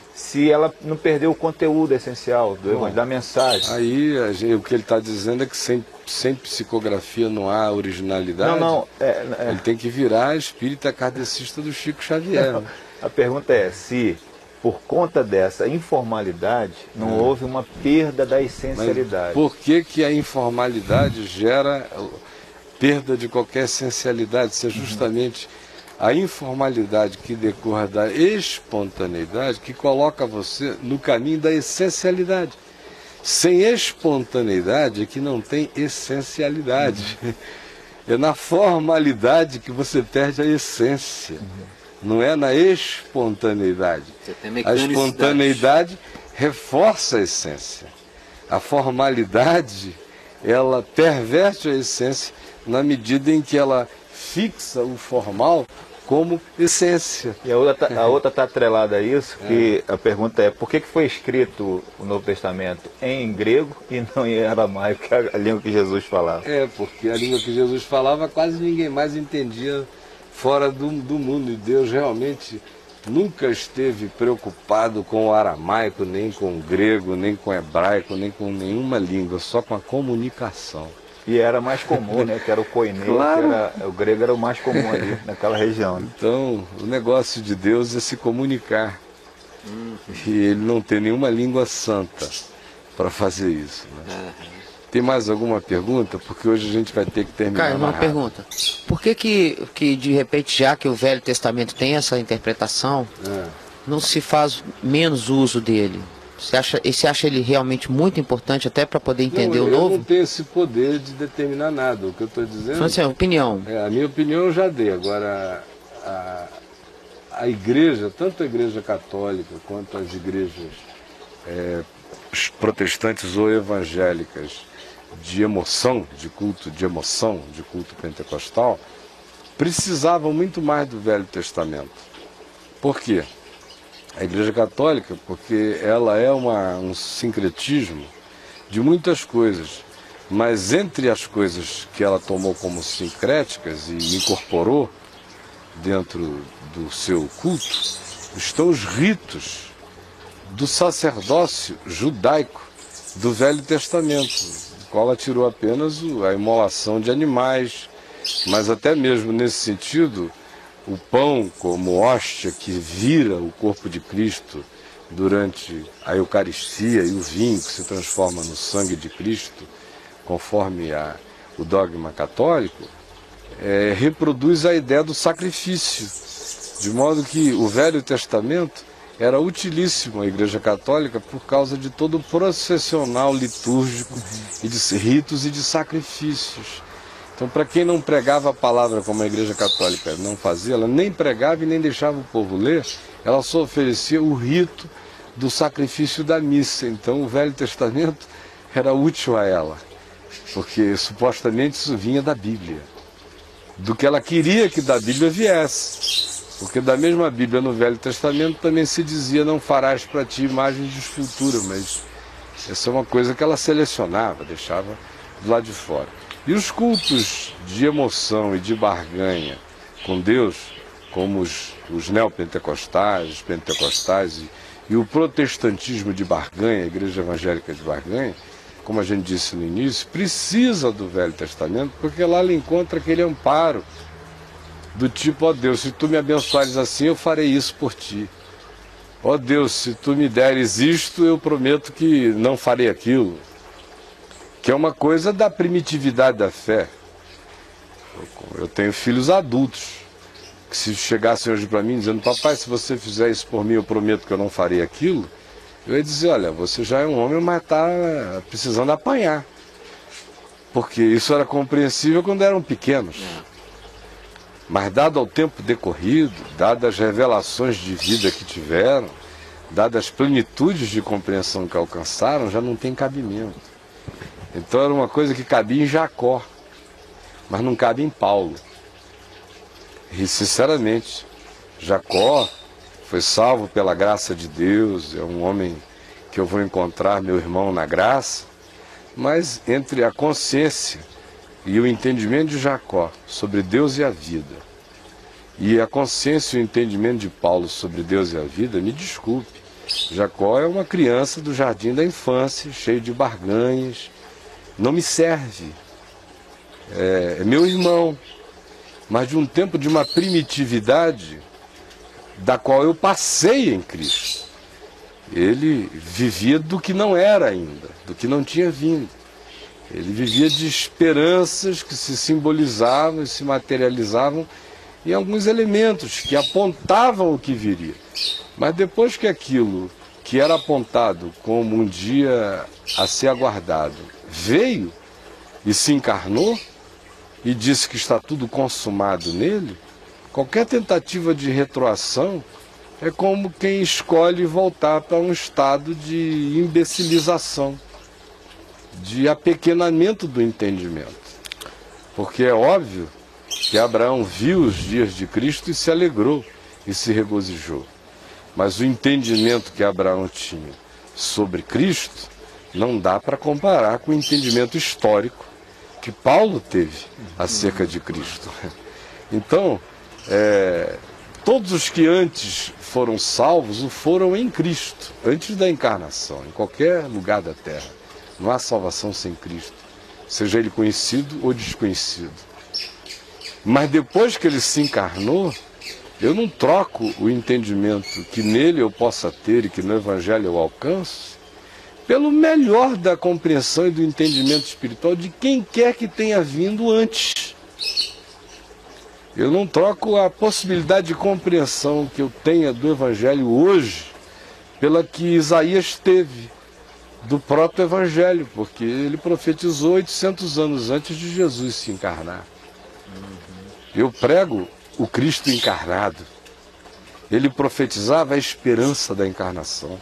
se ela não perdeu o conteúdo essencial do, Bom, da mensagem. Aí a gente, o que ele está dizendo é que sem, sem psicografia não há originalidade. Não, não. É, é. Ele tem que virar espírita kardecista do Chico Xavier. Não, a pergunta é se, por conta dessa informalidade, não hum. houve uma perda da essencialidade. Mas por que, que a informalidade gera perda de qualquer essencialidade? Se é justamente uhum. a informalidade que decorre da espontaneidade que coloca você no caminho da essencialidade. Sem espontaneidade é que não tem essencialidade. Uhum. É na formalidade que você perde a essência. Uhum. Não é na espontaneidade. A espontaneidade reforça a essência. A formalidade, ela perverte a essência na medida em que ela fixa o formal como essência. E a outra a outra está atrelada a isso, que é. a pergunta é, por que, que foi escrito o Novo Testamento em grego e não em aramaico, que é a língua que Jesus falava? É, porque a língua que Jesus falava quase ninguém mais entendia fora do, do mundo, e Deus realmente nunca esteve preocupado com o aramaico, nem com o grego, nem com o hebraico, nem com nenhuma língua, só com a comunicação. E era mais comum, né? Que era o koiné, claro. que era, o grego era o mais comum ali naquela região. Né? Então, o negócio de Deus é se comunicar. Hum. E ele não tem nenhuma língua santa para fazer isso. Né? Uhum. Tem mais alguma pergunta? Porque hoje a gente vai ter que terminar. Cara, uma rápido. pergunta. Por que, que que de repente, já que o Velho Testamento tem essa interpretação, É. não se faz menos uso dele? Você acha, e você acha ele realmente muito importante até para poder entender não, o eu novo? não tenho esse poder de determinar nada. O que eu estou dizendo... Então, assim, opinião. É, a minha opinião eu já dei. Agora, a, a igreja, tanto a igreja católica quanto as igrejas é, protestantes ou evangélicas de emoção, de culto de emoção, de culto pentecostal, precisavam muito mais do Velho Testamento. Por quê? A igreja católica, porque ela é uma, um sincretismo de muitas coisas. Mas entre as coisas que ela tomou como sincréticas e incorporou dentro do seu culto, estão os ritos do sacerdócio judaico do Velho Testamento, do qual ela tirou apenas a imolação de animais, mas até mesmo nesse sentido, o pão como hóstia que vira o corpo de Cristo durante a Eucaristia e o vinho que se transforma no sangue de Cristo, conforme a, o dogma católico, é, reproduz a ideia do sacrifício, de modo que o Velho Testamento era utilíssimo à Igreja Católica por causa de todo o processional litúrgico e de ritos e de sacrifícios. Então, para quem não pregava a palavra como a Igreja Católica não fazia, ela nem pregava e nem deixava o povo ler, ela só oferecia o rito do sacrifício da missa. Então, o Velho Testamento era útil a ela, porque supostamente isso vinha da Bíblia, do que ela queria que da Bíblia viesse. Porque da mesma Bíblia no Velho Testamento também se dizia: não farás para ti imagens de escultura, mas essa é uma coisa que ela selecionava, deixava do lado de fora. E os cultos de emoção e de barganha com Deus, como os, os neopentecostais, os pentecostais e, e o protestantismo de barganha, a igreja evangélica de barganha, como a gente disse no início, precisa do Velho Testamento, porque lá ela encontra aquele amparo do tipo: ó Deus, se tu me abençoares assim, eu farei isso por ti. Ó Deus, se tu me deres isto, eu prometo que não farei aquilo. Que é uma coisa da primitividade da fé. Eu tenho filhos adultos, que se chegassem hoje para mim dizendo: papai, se você fizer isso por mim, eu prometo que eu não farei aquilo, eu ia dizer: olha, você já é um homem, mas está precisando apanhar. Porque isso era compreensível quando eram pequenos. Mas dado ao tempo decorrido, dadas as revelações de vida que tiveram, dadas as plenitudes de compreensão que alcançaram, já não tem cabimento. Então era uma coisa que cabia em Jacó, mas não cabe em Paulo. E sinceramente, Jacó foi salvo pela graça de Deus, é um homem que eu vou encontrar, meu irmão, na graça, mas entre a consciência e o entendimento de Jacó sobre Deus e a vida, e a consciência e o entendimento de Paulo sobre Deus e a vida, me desculpe, Jacó é uma criança do jardim da infância, cheio de barganhas, não me serve, é, é meu irmão, mas de um tempo de uma primitividade da qual eu passei em Cristo. Ele vivia do que não era ainda, do que não tinha vindo. Ele vivia de esperanças que se simbolizavam e se materializavam em alguns elementos que apontavam o que viria. Mas depois que aquilo que era apontado como um dia a ser aguardado veio e se encarnou e disse que está tudo consumado nele, qualquer tentativa de retroação é como quem escolhe voltar para um estado de imbecilização, de apequenamento do entendimento. Porque é óbvio que Abraão viu os dias de Cristo e se alegrou e se regozijou. Mas o entendimento que Abraão tinha sobre Cristo não dá para comparar com o entendimento histórico que Paulo teve acerca de Cristo. Então, é, todos os que antes foram salvos o foram em Cristo, antes da encarnação, em qualquer lugar da terra. Não há salvação sem Cristo, seja ele conhecido ou desconhecido. Mas depois que ele se encarnou, Eu não troco o entendimento que nele eu possa ter e que no Evangelho eu alcanço pelo melhor da compreensão e do entendimento espiritual de quem quer que tenha vindo antes. Eu não troco a possibilidade de compreensão que eu tenha do Evangelho hoje pela que Isaías teve do próprio Evangelho, porque ele profetizou oitocentos anos antes de Jesus se encarnar. Eu prego o Cristo encarnado. Ele profetizava a esperança da encarnação.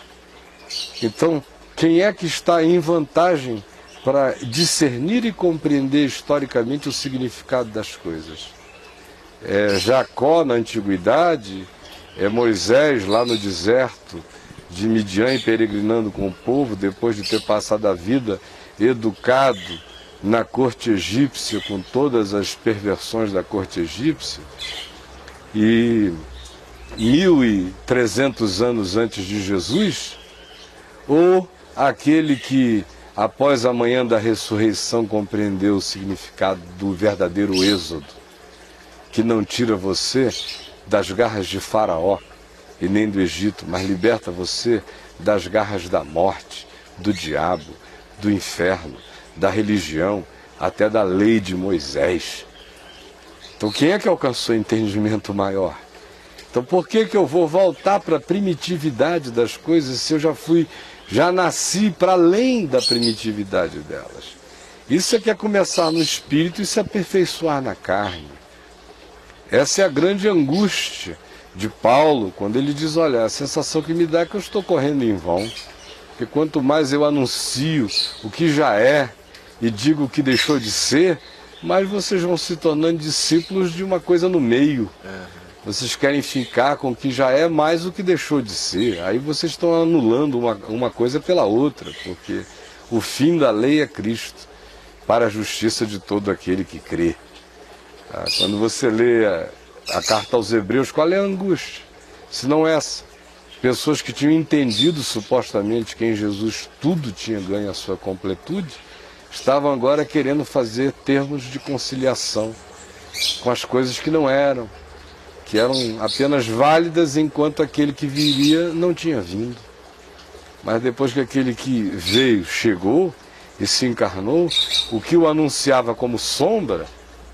Então, quem é que está em vantagem para discernir e compreender historicamente o significado das coisas? É Jacó na antiguidade? É Moisés lá no deserto de Midian peregrinando com o povo depois de ter passado a vida educado na corte egípcia com todas as perversões da corte egípcia? E mil e trezentos anos antes de Jesus? Ou aquele que, após a manhã da ressurreição, compreendeu o significado do verdadeiro êxodo, que não tira você das garras de Faraó e nem do Egito, mas liberta você das garras da morte, do diabo, do inferno, da religião, até da lei de Moisés. Então quem é que alcançou entendimento maior? Então por que que eu vou voltar para a primitividade das coisas se eu já fui, já nasci para além da primitividade delas? Isso é que é começar no espírito e se aperfeiçoar na carne. Essa é a grande angústia de Paulo, quando ele diz, olha, a sensação que me dá é que eu estou correndo em vão, porque quanto mais eu anuncio o que já é e digo o que deixou de ser, mais vocês vão se tornando discípulos de uma coisa no meio. Vocês querem ficar com o que já é mais o que deixou de ser. Aí vocês estão anulando uma, uma coisa pela outra, porque o fim da lei é Cristo, para a justiça de todo aquele que crê. Ah, quando você lê a, a carta aos Hebreus, qual é a angústia? Se não essa. Pessoas que tinham entendido supostamente que em Jesus tudo tinha ganho a sua completude, estavam agora querendo fazer termos de conciliação com as coisas que não eram, que eram apenas válidas enquanto aquele que viria não tinha vindo. Mas depois que aquele que veio chegou e se encarnou, o que o anunciava como sombra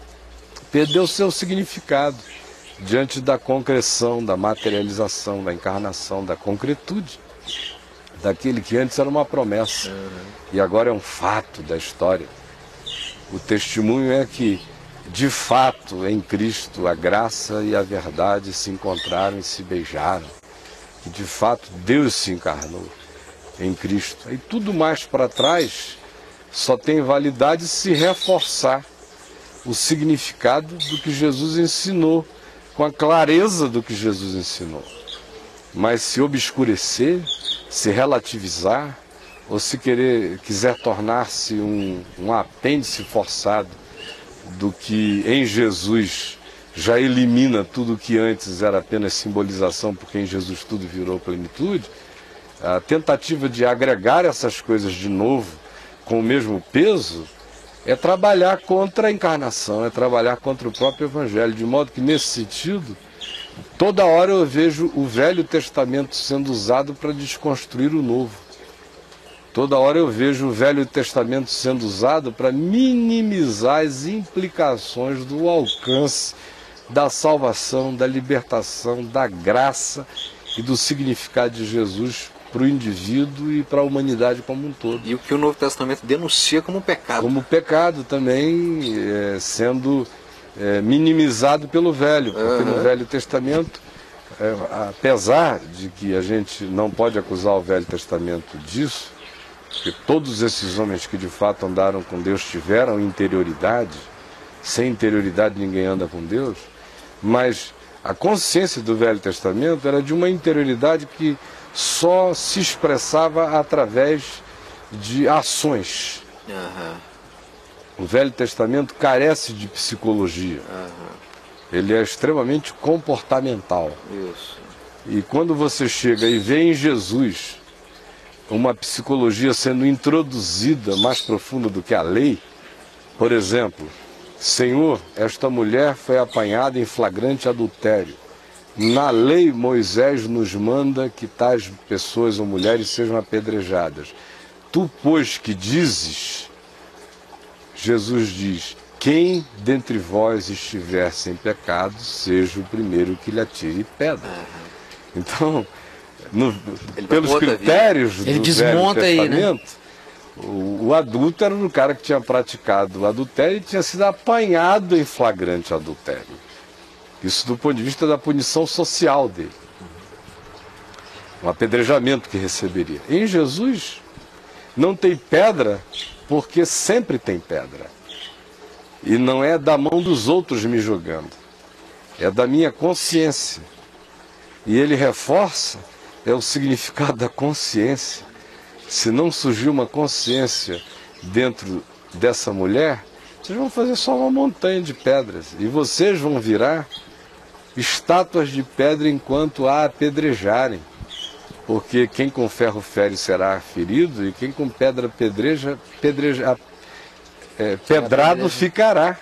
perdeu seu significado diante da concreção, da materialização, da encarnação, da concretude daquele que antes era uma promessa uhum. e agora é um fato da história. O testemunho é que, de fato, em Cristo, a graça e a verdade se encontraram e se beijaram. E, de fato, Deus se encarnou em Cristo. E tudo mais para trás só tem validade se reforçar o significado do que Jesus ensinou, com a clareza do que Jesus ensinou. Mas se obscurecer, se relativizar, ou se querer, quiser tornar-se um, um apêndice forçado do que em Jesus já elimina tudo que antes era apenas simbolização, porque em Jesus tudo virou plenitude, a tentativa de agregar essas coisas de novo com o mesmo peso é trabalhar contra a encarnação, é trabalhar contra o próprio Evangelho, de modo que nesse sentido, toda hora eu vejo o Velho Testamento sendo usado para desconstruir o Novo. Toda hora eu vejo o Velho Testamento sendo usado para minimizar as implicações do alcance da salvação, da libertação, da graça e do significado de Jesus para o indivíduo e para a humanidade como um todo. E o que o Novo Testamento denuncia como pecado. Como pecado também, é, sendo é, minimizado pelo Velho, porque uhum. no Velho Testamento, é, apesar de que a gente não pode acusar o Velho Testamento disso, porque todos esses homens que de fato andaram com Deus tiveram interioridade, sem interioridade ninguém anda com Deus, mas a consciência do Velho Testamento era de uma interioridade que só se expressava através de ações. Uhum. O Velho Testamento carece de psicologia. Uhum. Ele é extremamente comportamental. Isso. E quando você chega e vê em Jesus uma psicologia sendo introduzida mais profunda do que a lei, por exemplo, Senhor, esta mulher foi apanhada em flagrante adultério. na lei Moisés nos manda que tais pessoas ou mulheres sejam apedrejadas. Tu, pois, que dizes, Jesus diz, quem dentre vós estiver sem pecado, seja o primeiro que lhe atire pedra. Então, no, pelos critérios do Ele Velho desmonta aí, Testamento, né? o, o adulto era o cara que tinha praticado o adultério e tinha sido apanhado em flagrante adultério. Isso do ponto de vista da punição social dele. Um apedrejamento que receberia. Em Jesus, não tem pedra, porque sempre tem pedra. E não é da mão dos outros me julgando. É da minha consciência. E ele reforça, é o significado da consciência. Se não surgir uma consciência dentro dessa mulher, vocês vão fazer só uma montanha de pedras. E vocês vão virar estátuas de pedra enquanto a apedrejarem. Porque quem com ferro fere será ferido, e quem com pedra pedreja, pedreja, é, pedrado ficará.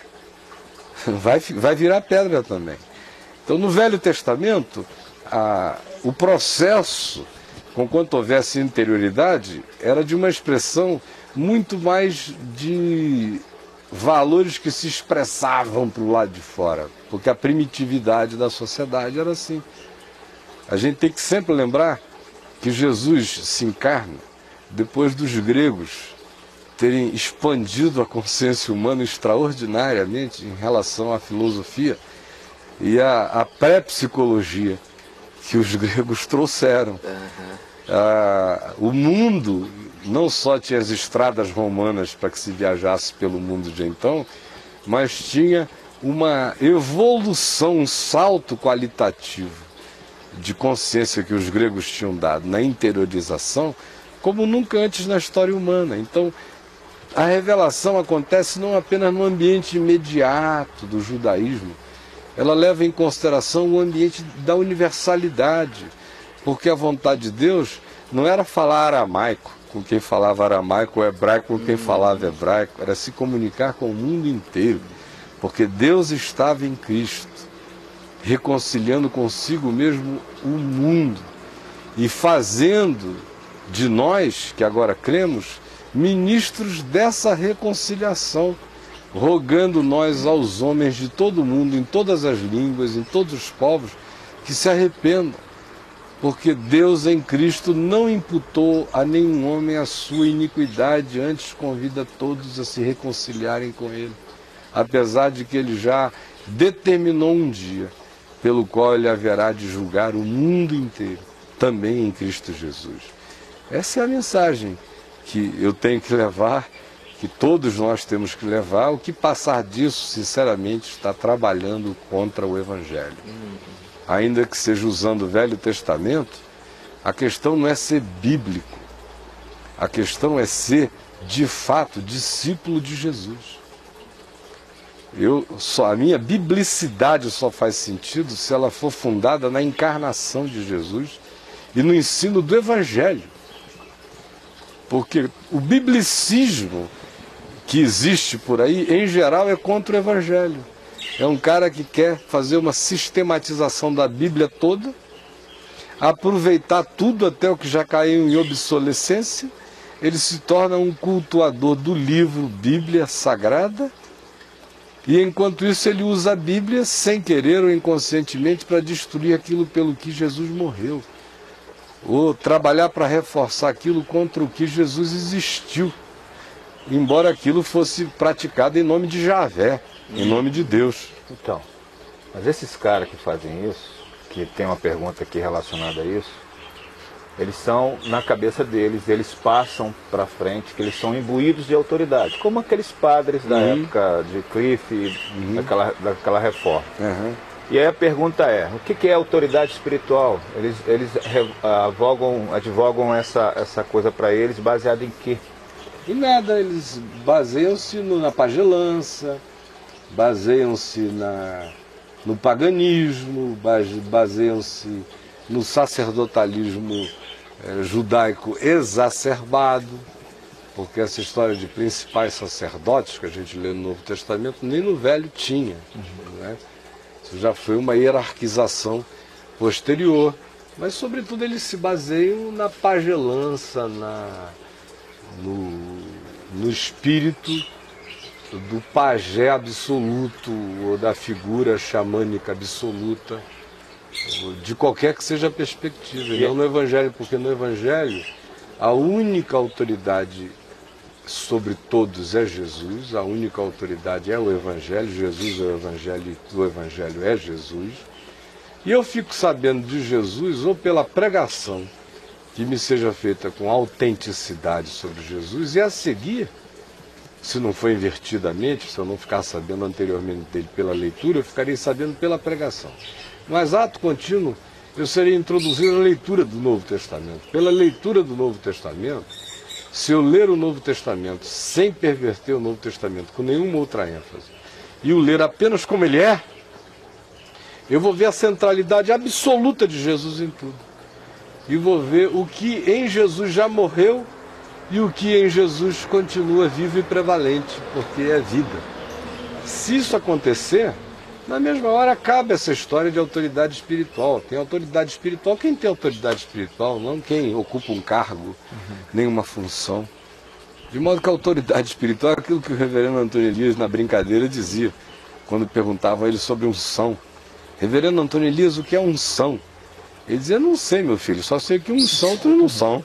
Vai, vai virar pedra também. Então, no Velho Testamento, a, o processo, conquanto houvesse interioridade, era de uma expressão muito mais de valores que se expressavam para o lado de fora, porque a primitividade da sociedade era assim. A gente tem que sempre lembrar que Jesus se encarna depois dos gregos terem expandido a consciência humana extraordinariamente em relação à filosofia e à, à pré-psicologia que os gregos trouxeram. Uhum. Ah, o mundo não só tinha as estradas romanas para que se viajasse pelo mundo de então, mas tinha uma evolução, um salto qualitativo de consciência que os gregos tinham dado na interiorização, como nunca antes na história humana. Então, a revelação acontece não apenas no ambiente imediato do judaísmo, ela leva em consideração o ambiente da universalidade, porque a vontade de Deus não era falar aramaico com quem falava aramaico, ou hebraico com quem falava hebraico, era se comunicar com o mundo inteiro, porque Deus estava em Cristo, reconciliando consigo mesmo o mundo e fazendo de nós, que agora cremos, ministros dessa reconciliação, rogando nós aos homens de todo o mundo, em todas as línguas, em todos os povos, que se arrependam, porque Deus em Cristo não imputou a nenhum homem a sua iniquidade, antes convida todos a se reconciliarem com Ele, apesar de que Ele já determinou um dia pelo qual Ele haverá de julgar o mundo inteiro, também em Cristo Jesus. Essa é a mensagem que eu tenho que levar, que todos nós temos que levar. O que passar disso, sinceramente, está trabalhando contra o Evangelho. Ainda que seja usando o Velho Testamento, a questão não é ser bíblico, a questão é ser, de fato, discípulo de Jesus. Eu, só, a minha biblicidade só faz sentido se ela for fundada na encarnação de Jesus e no ensino do Evangelho. Porque o biblicismo que existe por aí, em geral, é contra o Evangelho. É um cara que quer fazer uma sistematização da Bíblia toda, aproveitar tudo até o que já caiu em obsolescência. Ele se torna um cultuador do livro Bíblia Sagrada, e enquanto isso ele usa a Bíblia sem querer ou inconscientemente para destruir aquilo pelo que Jesus morreu, ou trabalhar para reforçar aquilo contra o que Jesus existiu, embora aquilo fosse praticado em nome de Javé, em nome de Deus. Então, mas esses caras que fazem isso, que tem uma pergunta aqui relacionada a isso, eles são, na cabeça deles, eles passam para frente que eles são imbuídos de autoridade, como aqueles padres da uhum. época de Cliff, uhum. daquela, daquela reforma. Uhum. E aí a pergunta é, o que, que é autoridade espiritual? Eles, eles avogam, advogam essa, essa coisa para eles, baseado em quê? Em nada, eles baseiam-se na pagelança, baseiam-se na, no paganismo, baseiam-se no sacerdotalismo eh, judaico exacerbado, porque essa história de principais sacerdotes que a gente lê no Novo Testamento, nem no Velho tinha. Uhum. Né? Isso já foi uma hierarquização posterior, mas sobretudo eles se baseiam na pagelança, na, no, no espírito do pajé absoluto, ou da figura xamânica absoluta, de qualquer que seja a perspectiva, e não no Evangelho, porque no Evangelho a única autoridade sobre todos é Jesus, a única autoridade é o Evangelho, Jesus é o Evangelho e o Evangelho é Jesus. E eu fico sabendo de Jesus ou pela pregação que me seja feita com autenticidade sobre Jesus, e a seguir, se não for invertidamente, se eu não ficar sabendo anteriormente dele pela leitura, eu ficarei sabendo pela pregação. Mas ato contínuo, eu serei introduzido na leitura do Novo Testamento. Pela leitura do Novo Testamento, se eu ler o Novo Testamento sem perverter o Novo Testamento com nenhuma outra ênfase, e o ler apenas como ele é, eu vou ver a centralidade absoluta de Jesus em tudo. E vou ver o que em Jesus já morreu e o que em Jesus continua vivo e prevalente, porque é vida. Se isso acontecer, na mesma hora acaba essa história de autoridade espiritual. Tem autoridade espiritual quem tem autoridade espiritual, não quem ocupa um cargo, uhum. nenhuma função. De modo que a autoridade espiritual é aquilo que o reverendo Antônio Elias, na brincadeira, dizia, quando perguntavam a ele sobre unção. Reverendo Antônio Elias, o que é unção? Ele dizia, não sei, meu filho, só sei que uns são, outros não são.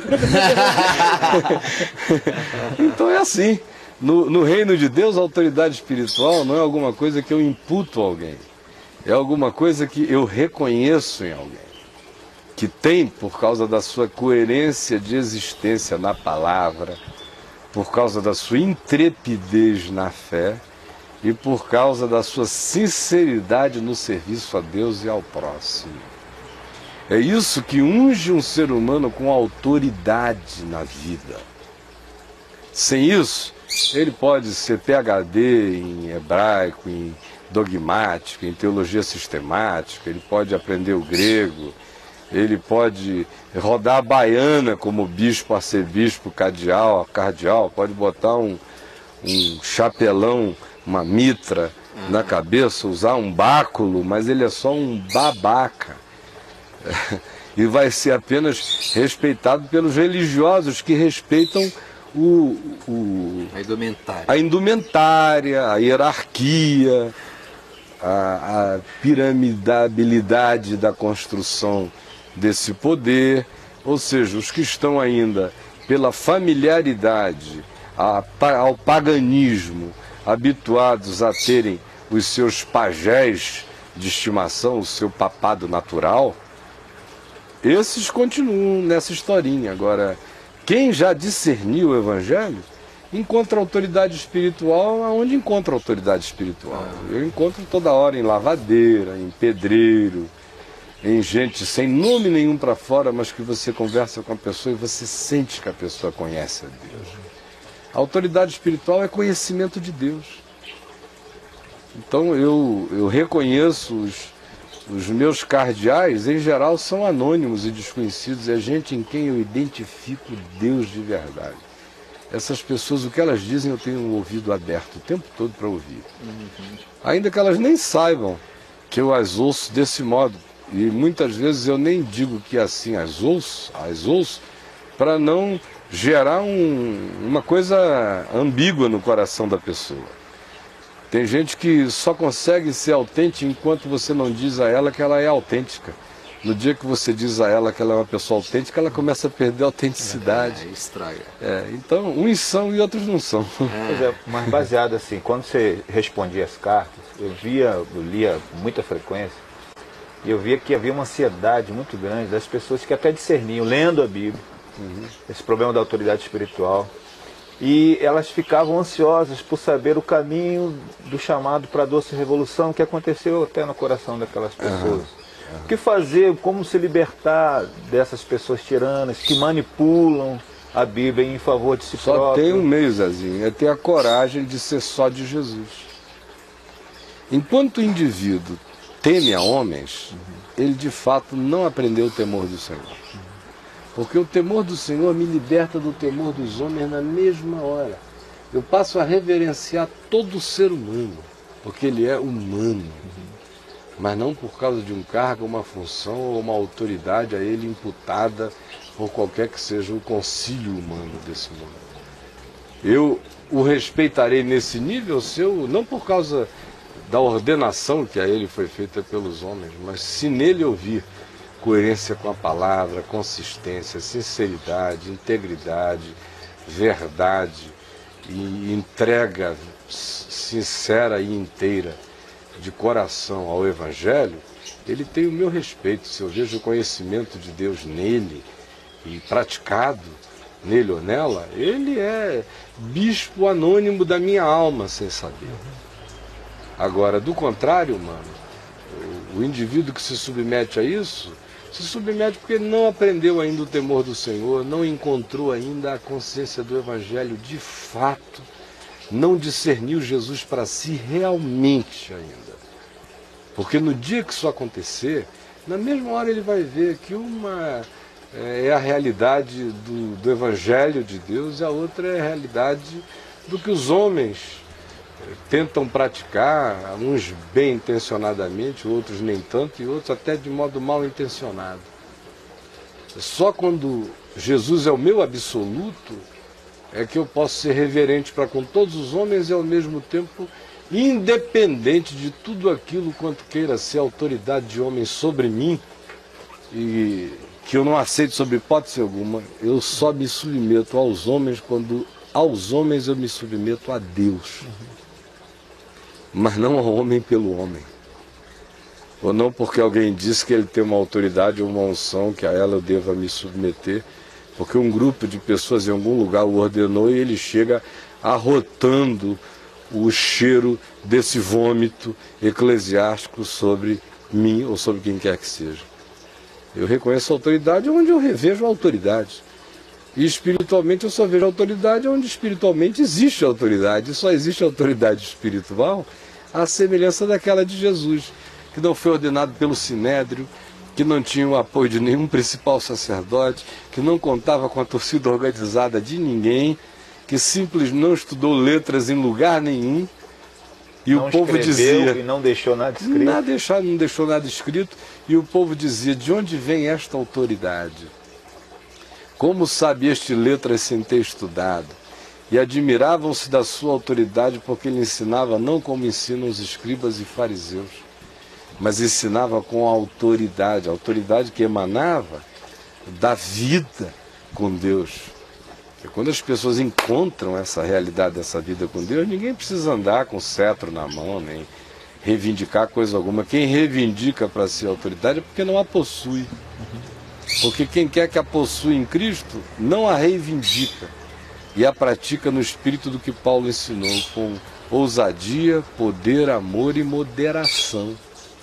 Então é assim. No, no reino de Deus, a autoridade espiritual não é alguma coisa que eu imputo a alguém. É alguma coisa que eu reconheço em alguém. Que tem, por causa da sua coerência de existência na palavra, por causa da sua intrepidez na fé e por causa da sua sinceridade no serviço a Deus e ao próximo. É isso que unge um ser humano com autoridade na vida. Sem isso, ele pode ser P H D em hebraico, em dogmática, em teologia sistemática, ele pode aprender o grego, ele pode rodar a baiana como bispo, arcebispo, cardeal, cardeal, pode botar um, um chapelão, uma mitra na cabeça, usar um báculo, mas ele é só um babaca. E vai ser apenas respeitado pelos religiosos que respeitam o, o, a indumentária, a, indumentária, a hierarquia, a, a piramidabilidade da construção desse poder, ou seja, os que estão ainda pela familiaridade a, ao paganismo, habituados a terem os seus pajés de estimação, o seu papado natural, esses continuam nessa historinha. Agora, quem já discerniu o Evangelho, encontra autoridade espiritual aonde encontra autoridade espiritual. Eu encontro toda hora em lavadeira, em pedreiro, em gente sem nome nenhum para fora, mas que você conversa com a pessoa e você sente que a pessoa conhece a Deus. A autoridade espiritual é conhecimento de Deus. Então eu, eu reconheço os Os meus cardeais, em geral, são anônimos e desconhecidos. É gente em quem eu identifico Deus de verdade. Essas pessoas, o que elas dizem, eu tenho um ouvido aberto o tempo todo para ouvir. Uhum. Ainda que elas nem saibam que eu as ouço desse modo. E muitas vezes eu nem digo que assim as ouço, as ouço para não gerar um, uma coisa ambígua no coração da pessoa. Tem gente que só consegue ser autêntica enquanto você não diz a ela que ela é autêntica. No dia que você diz a ela que ela é uma pessoa autêntica, ela começa a perder a autenticidade. É, estraga. É, então, uns são e outros não são. É. Pois é, mas baseado assim, quando você respondia as cartas, eu via, eu lia com muita frequência, e eu via que havia uma ansiedade muito grande das pessoas que até discerniam, lendo a Bíblia, uhum. esse problema da autoridade espiritual. E elas ficavam ansiosas por saber o caminho do chamado para a doce revolução que aconteceu até no coração daquelas pessoas. Uhum, uhum. O que fazer, como se libertar dessas pessoas tiranas que manipulam a Bíblia em favor de si só próprio? Só tem um meio, Zezinho, é ter a coragem de ser só de Jesus. Enquanto o indivíduo teme a homens, uhum. ele de fato não aprendeu o temor do Senhor. Porque o temor do Senhor me liberta do temor dos homens na mesma hora. Eu passo a reverenciar todo ser humano, porque ele é humano. mas não por causa de um cargo, uma função ou uma autoridade a ele imputada por qualquer que seja o concílio humano desse mundo. Eu o respeitarei nesse nível seu, não por causa da ordenação que a ele foi feita pelos homens, mas se nele ouvir coerência com a palavra, consistência, sinceridade, integridade, verdade e entrega sincera e inteira de coração ao Evangelho, ele tem o meu respeito. Se eu vejo o conhecimento de Deus nele e praticado nele ou nela, ele é bispo anônimo da minha alma, sem saber. Agora, do contrário, mano, o indivíduo que se submete a isso, se submete porque não aprendeu ainda o temor do Senhor, não encontrou ainda a consciência do Evangelho de fato, não discerniu Jesus para si realmente ainda. Porque no dia que isso acontecer, na mesma hora ele vai ver que uma é a realidade do, do Evangelho de Deus e a outra é a realidade do que os homens tentam praticar, uns bem intencionadamente, outros nem tanto, e outros até de modo mal intencionado. Só quando Jesus é o meu absoluto é que eu posso ser reverente para com todos os homens e ao mesmo tempo independente de tudo aquilo quanto queira ser autoridade de homem sobre mim, e que eu não aceito sob hipótese alguma. Eu só me submeto aos homens quando aos homens eu me submeto a Deus, mas não ao homem pelo homem, ou não porque alguém disse que ele tem uma autoridade ou uma unção que a ela eu deva me submeter, porque um grupo de pessoas em algum lugar o ordenou e ele chega arrotando o cheiro desse vômito eclesiástico sobre mim ou sobre quem quer que seja. Eu reconheço a autoridade onde eu revejo a autoridade. E espiritualmente eu só vejo a autoridade onde espiritualmente existe a autoridade. E só existe a autoridade espiritual à semelhança daquela de Jesus, que não foi ordenado pelo Sinédrio, que não tinha o apoio de nenhum principal sacerdote, que não contava com a torcida organizada de ninguém, que simplesmente não estudou letras em lugar nenhum. E não o povo dizia... e não deixou nada escrito. Nada deixar, não deixou nada escrito. E o povo dizia, de onde vem esta autoridade? Como sabe este letras sem ter estudado? E admiravam-se da sua autoridade porque ele ensinava não como ensinam os escribas e fariseus, mas ensinava com autoridade, a autoridade que emanava da vida com Deus. E quando as pessoas encontram essa realidade dessa vida com Deus, ninguém precisa andar com cetro na mão, nem reivindicar coisa alguma. Quem reivindica para si a autoridade é porque não a possui. Porque quem quer que a possui em Cristo, não a reivindica. E a pratica no espírito do que Paulo ensinou, com ousadia, poder, amor e moderação.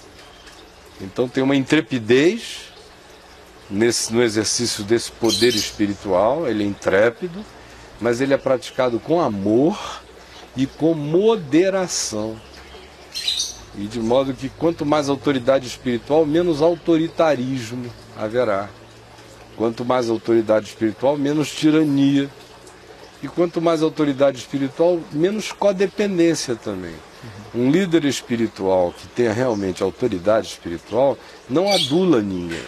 Então tem uma intrepidez nesse, no exercício desse poder espiritual, ele é intrépido, mas ele é praticado com amor e com moderação. E de modo que quanto mais autoridade espiritual, menos autoritarismo haverá. Quanto mais autoridade espiritual, menos tirania. E quanto mais autoridade espiritual, menos codependência também. Um líder espiritual que tenha realmente autoridade espiritual não adula ninguém.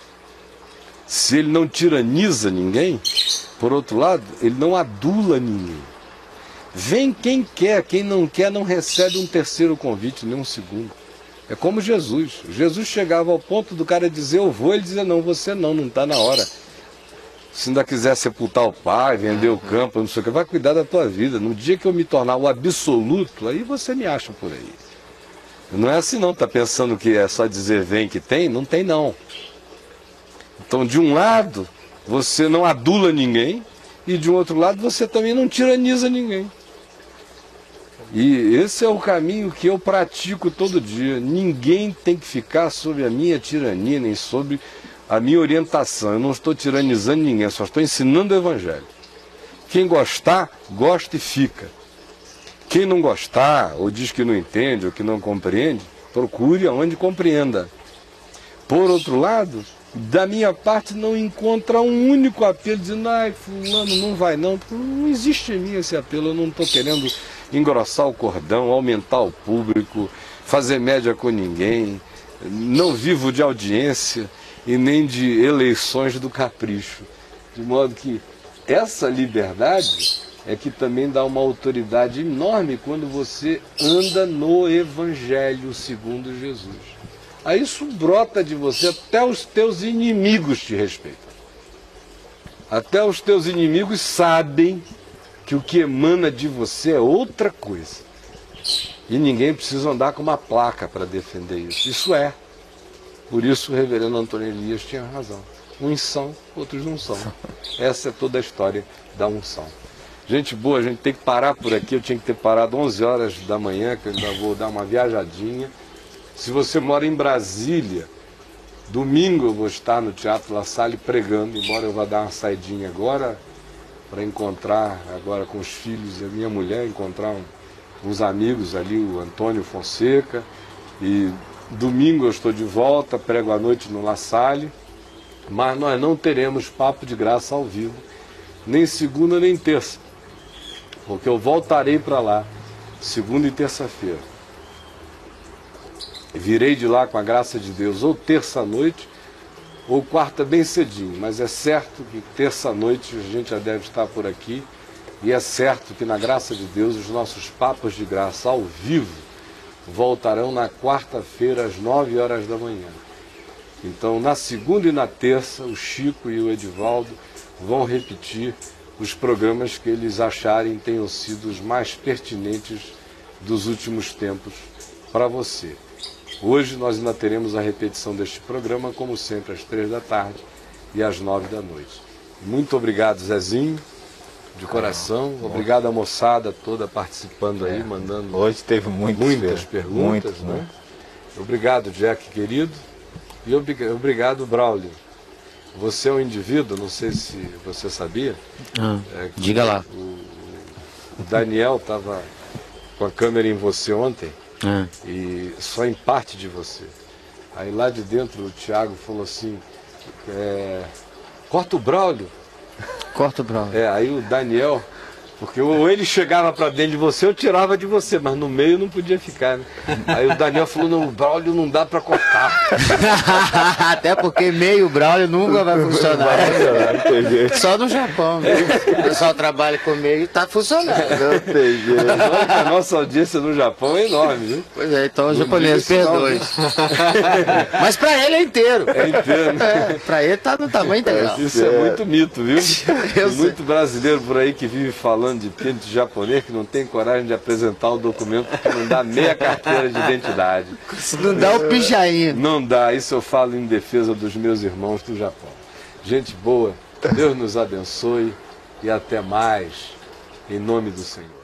Se ele não tiraniza ninguém, por outro lado, ele não adula ninguém. Vem quem quer, quem não quer não recebe um terceiro convite, nem um segundo. É como Jesus. Jesus chegava ao ponto do cara dizer eu vou, ele dizia não, você não, não está na hora. Se ainda quiser sepultar o pai, vender o campo, não sei o que, vai cuidar da tua vida. No dia que eu me tornar o absoluto, aí você me acha por aí. Não é assim não, tá pensando que é só dizer vem que tem? Não tem não. Então de um lado, você não adula ninguém, e de um outro lado você também não tiraniza ninguém. E esse é o caminho que eu pratico todo dia. Ninguém tem que ficar sob a minha tirania, nem sobre a minha orientação. Eu não estou tiranizando ninguém, só estou ensinando o Evangelho. Quem gostar, gosta e fica. Quem não gostar, ou diz que não entende, ou que não compreende, procure aonde compreenda. Por outro lado, da minha parte não encontra um único apelo dizendo, ai, fulano, não vai não. Não existe em mim esse apelo, eu não estou querendo engrossar o cordão, aumentar o público, fazer média com ninguém, não vivo de audiência e nem de eleições do capricho. De modo que essa liberdade é que também dá uma autoridade enorme quando você anda no Evangelho segundo Jesus. Aí isso brota de você, até os teus inimigos te respeitam. Até os teus inimigos sabem que o que emana de você é outra coisa. E ninguém precisa andar com uma placa para defender isso. Isso é. Por isso o reverendo Antônio Elias tinha razão. Uns são, outros não são. Essa é toda a história da unção. Gente boa, a gente tem que parar por aqui. Eu tinha que ter parado onze horas da manhã, que eu ainda vou dar uma viajadinha. Se você mora em Brasília, domingo eu vou estar no Teatro La Salle pregando, embora eu vá dar uma saidinha agora, para encontrar agora com os filhos e a minha mulher, encontrar um, uns amigos ali, o Antônio Fonseca. E domingo eu estou de volta, prego à noite no La Salle. Mas nós não teremos Papo de Graça ao vivo, nem segunda nem terça, porque eu voltarei para lá, segunda e terça-feira. Virei de lá com a graça de Deus, ou terça-noite, ou quarta bem cedinho, mas é certo que terça-noite a gente já deve estar por aqui, e é certo que na graça de Deus os nossos Papos de Graça ao vivo voltarão na quarta-feira às nove horas da manhã. Então, na segunda e na terça, o Chico e o Edivaldo vão repetir os programas que eles acharem tenham sido os mais pertinentes dos últimos tempos para você. Hoje nós ainda teremos a repetição deste programa, como sempre, às três da tarde e às nove da noite. Muito obrigado, Zezinho, de coração. Obrigado à moçada toda participando aí, mandando Hoje teve muito, muitas perguntas. muito, né? né? Obrigado, Jack, querido. E obrigado, Braulio. Você é um indivíduo, não sei se você sabia. Ah, é, diga lá. O, o Daniel estava com a câmera em você ontem, Ah. e só em parte de você. Aí lá de dentro o Thiago falou assim, é, corta o Braulio. Corta o Braulio. É, aí o Daniel, porque ou ele chegava para dentro de você, eu tirava de você, mas no meio não podia ficar, né? Aí o Daniel falou, não, o Braulio não dá para cortar. Até porque meio Braulio nunca vai funcionar. Só no Japão. Né? O pessoal trabalha com meio e tá funcionando. Não tem jeito. A nossa audiência no Japão é enorme, viu? Pois é, então o Não japonês diga isso não, perdoe. Mas pra ele é inteiro. É inteiro, né? É, pra ele tá no tamanho integral. Isso é muito mito, viu? Tem Eu sei. muito brasileiro por aí que vive falando de pinto japonês que não tem coragem de apresentar o documento porque não dá meia carteira de identidade. Não dá o pijainho. Não dá, isso eu falo em defesa dos meus irmãos do Japão. Gente boa, Deus nos abençoe e até mais, em nome do Senhor.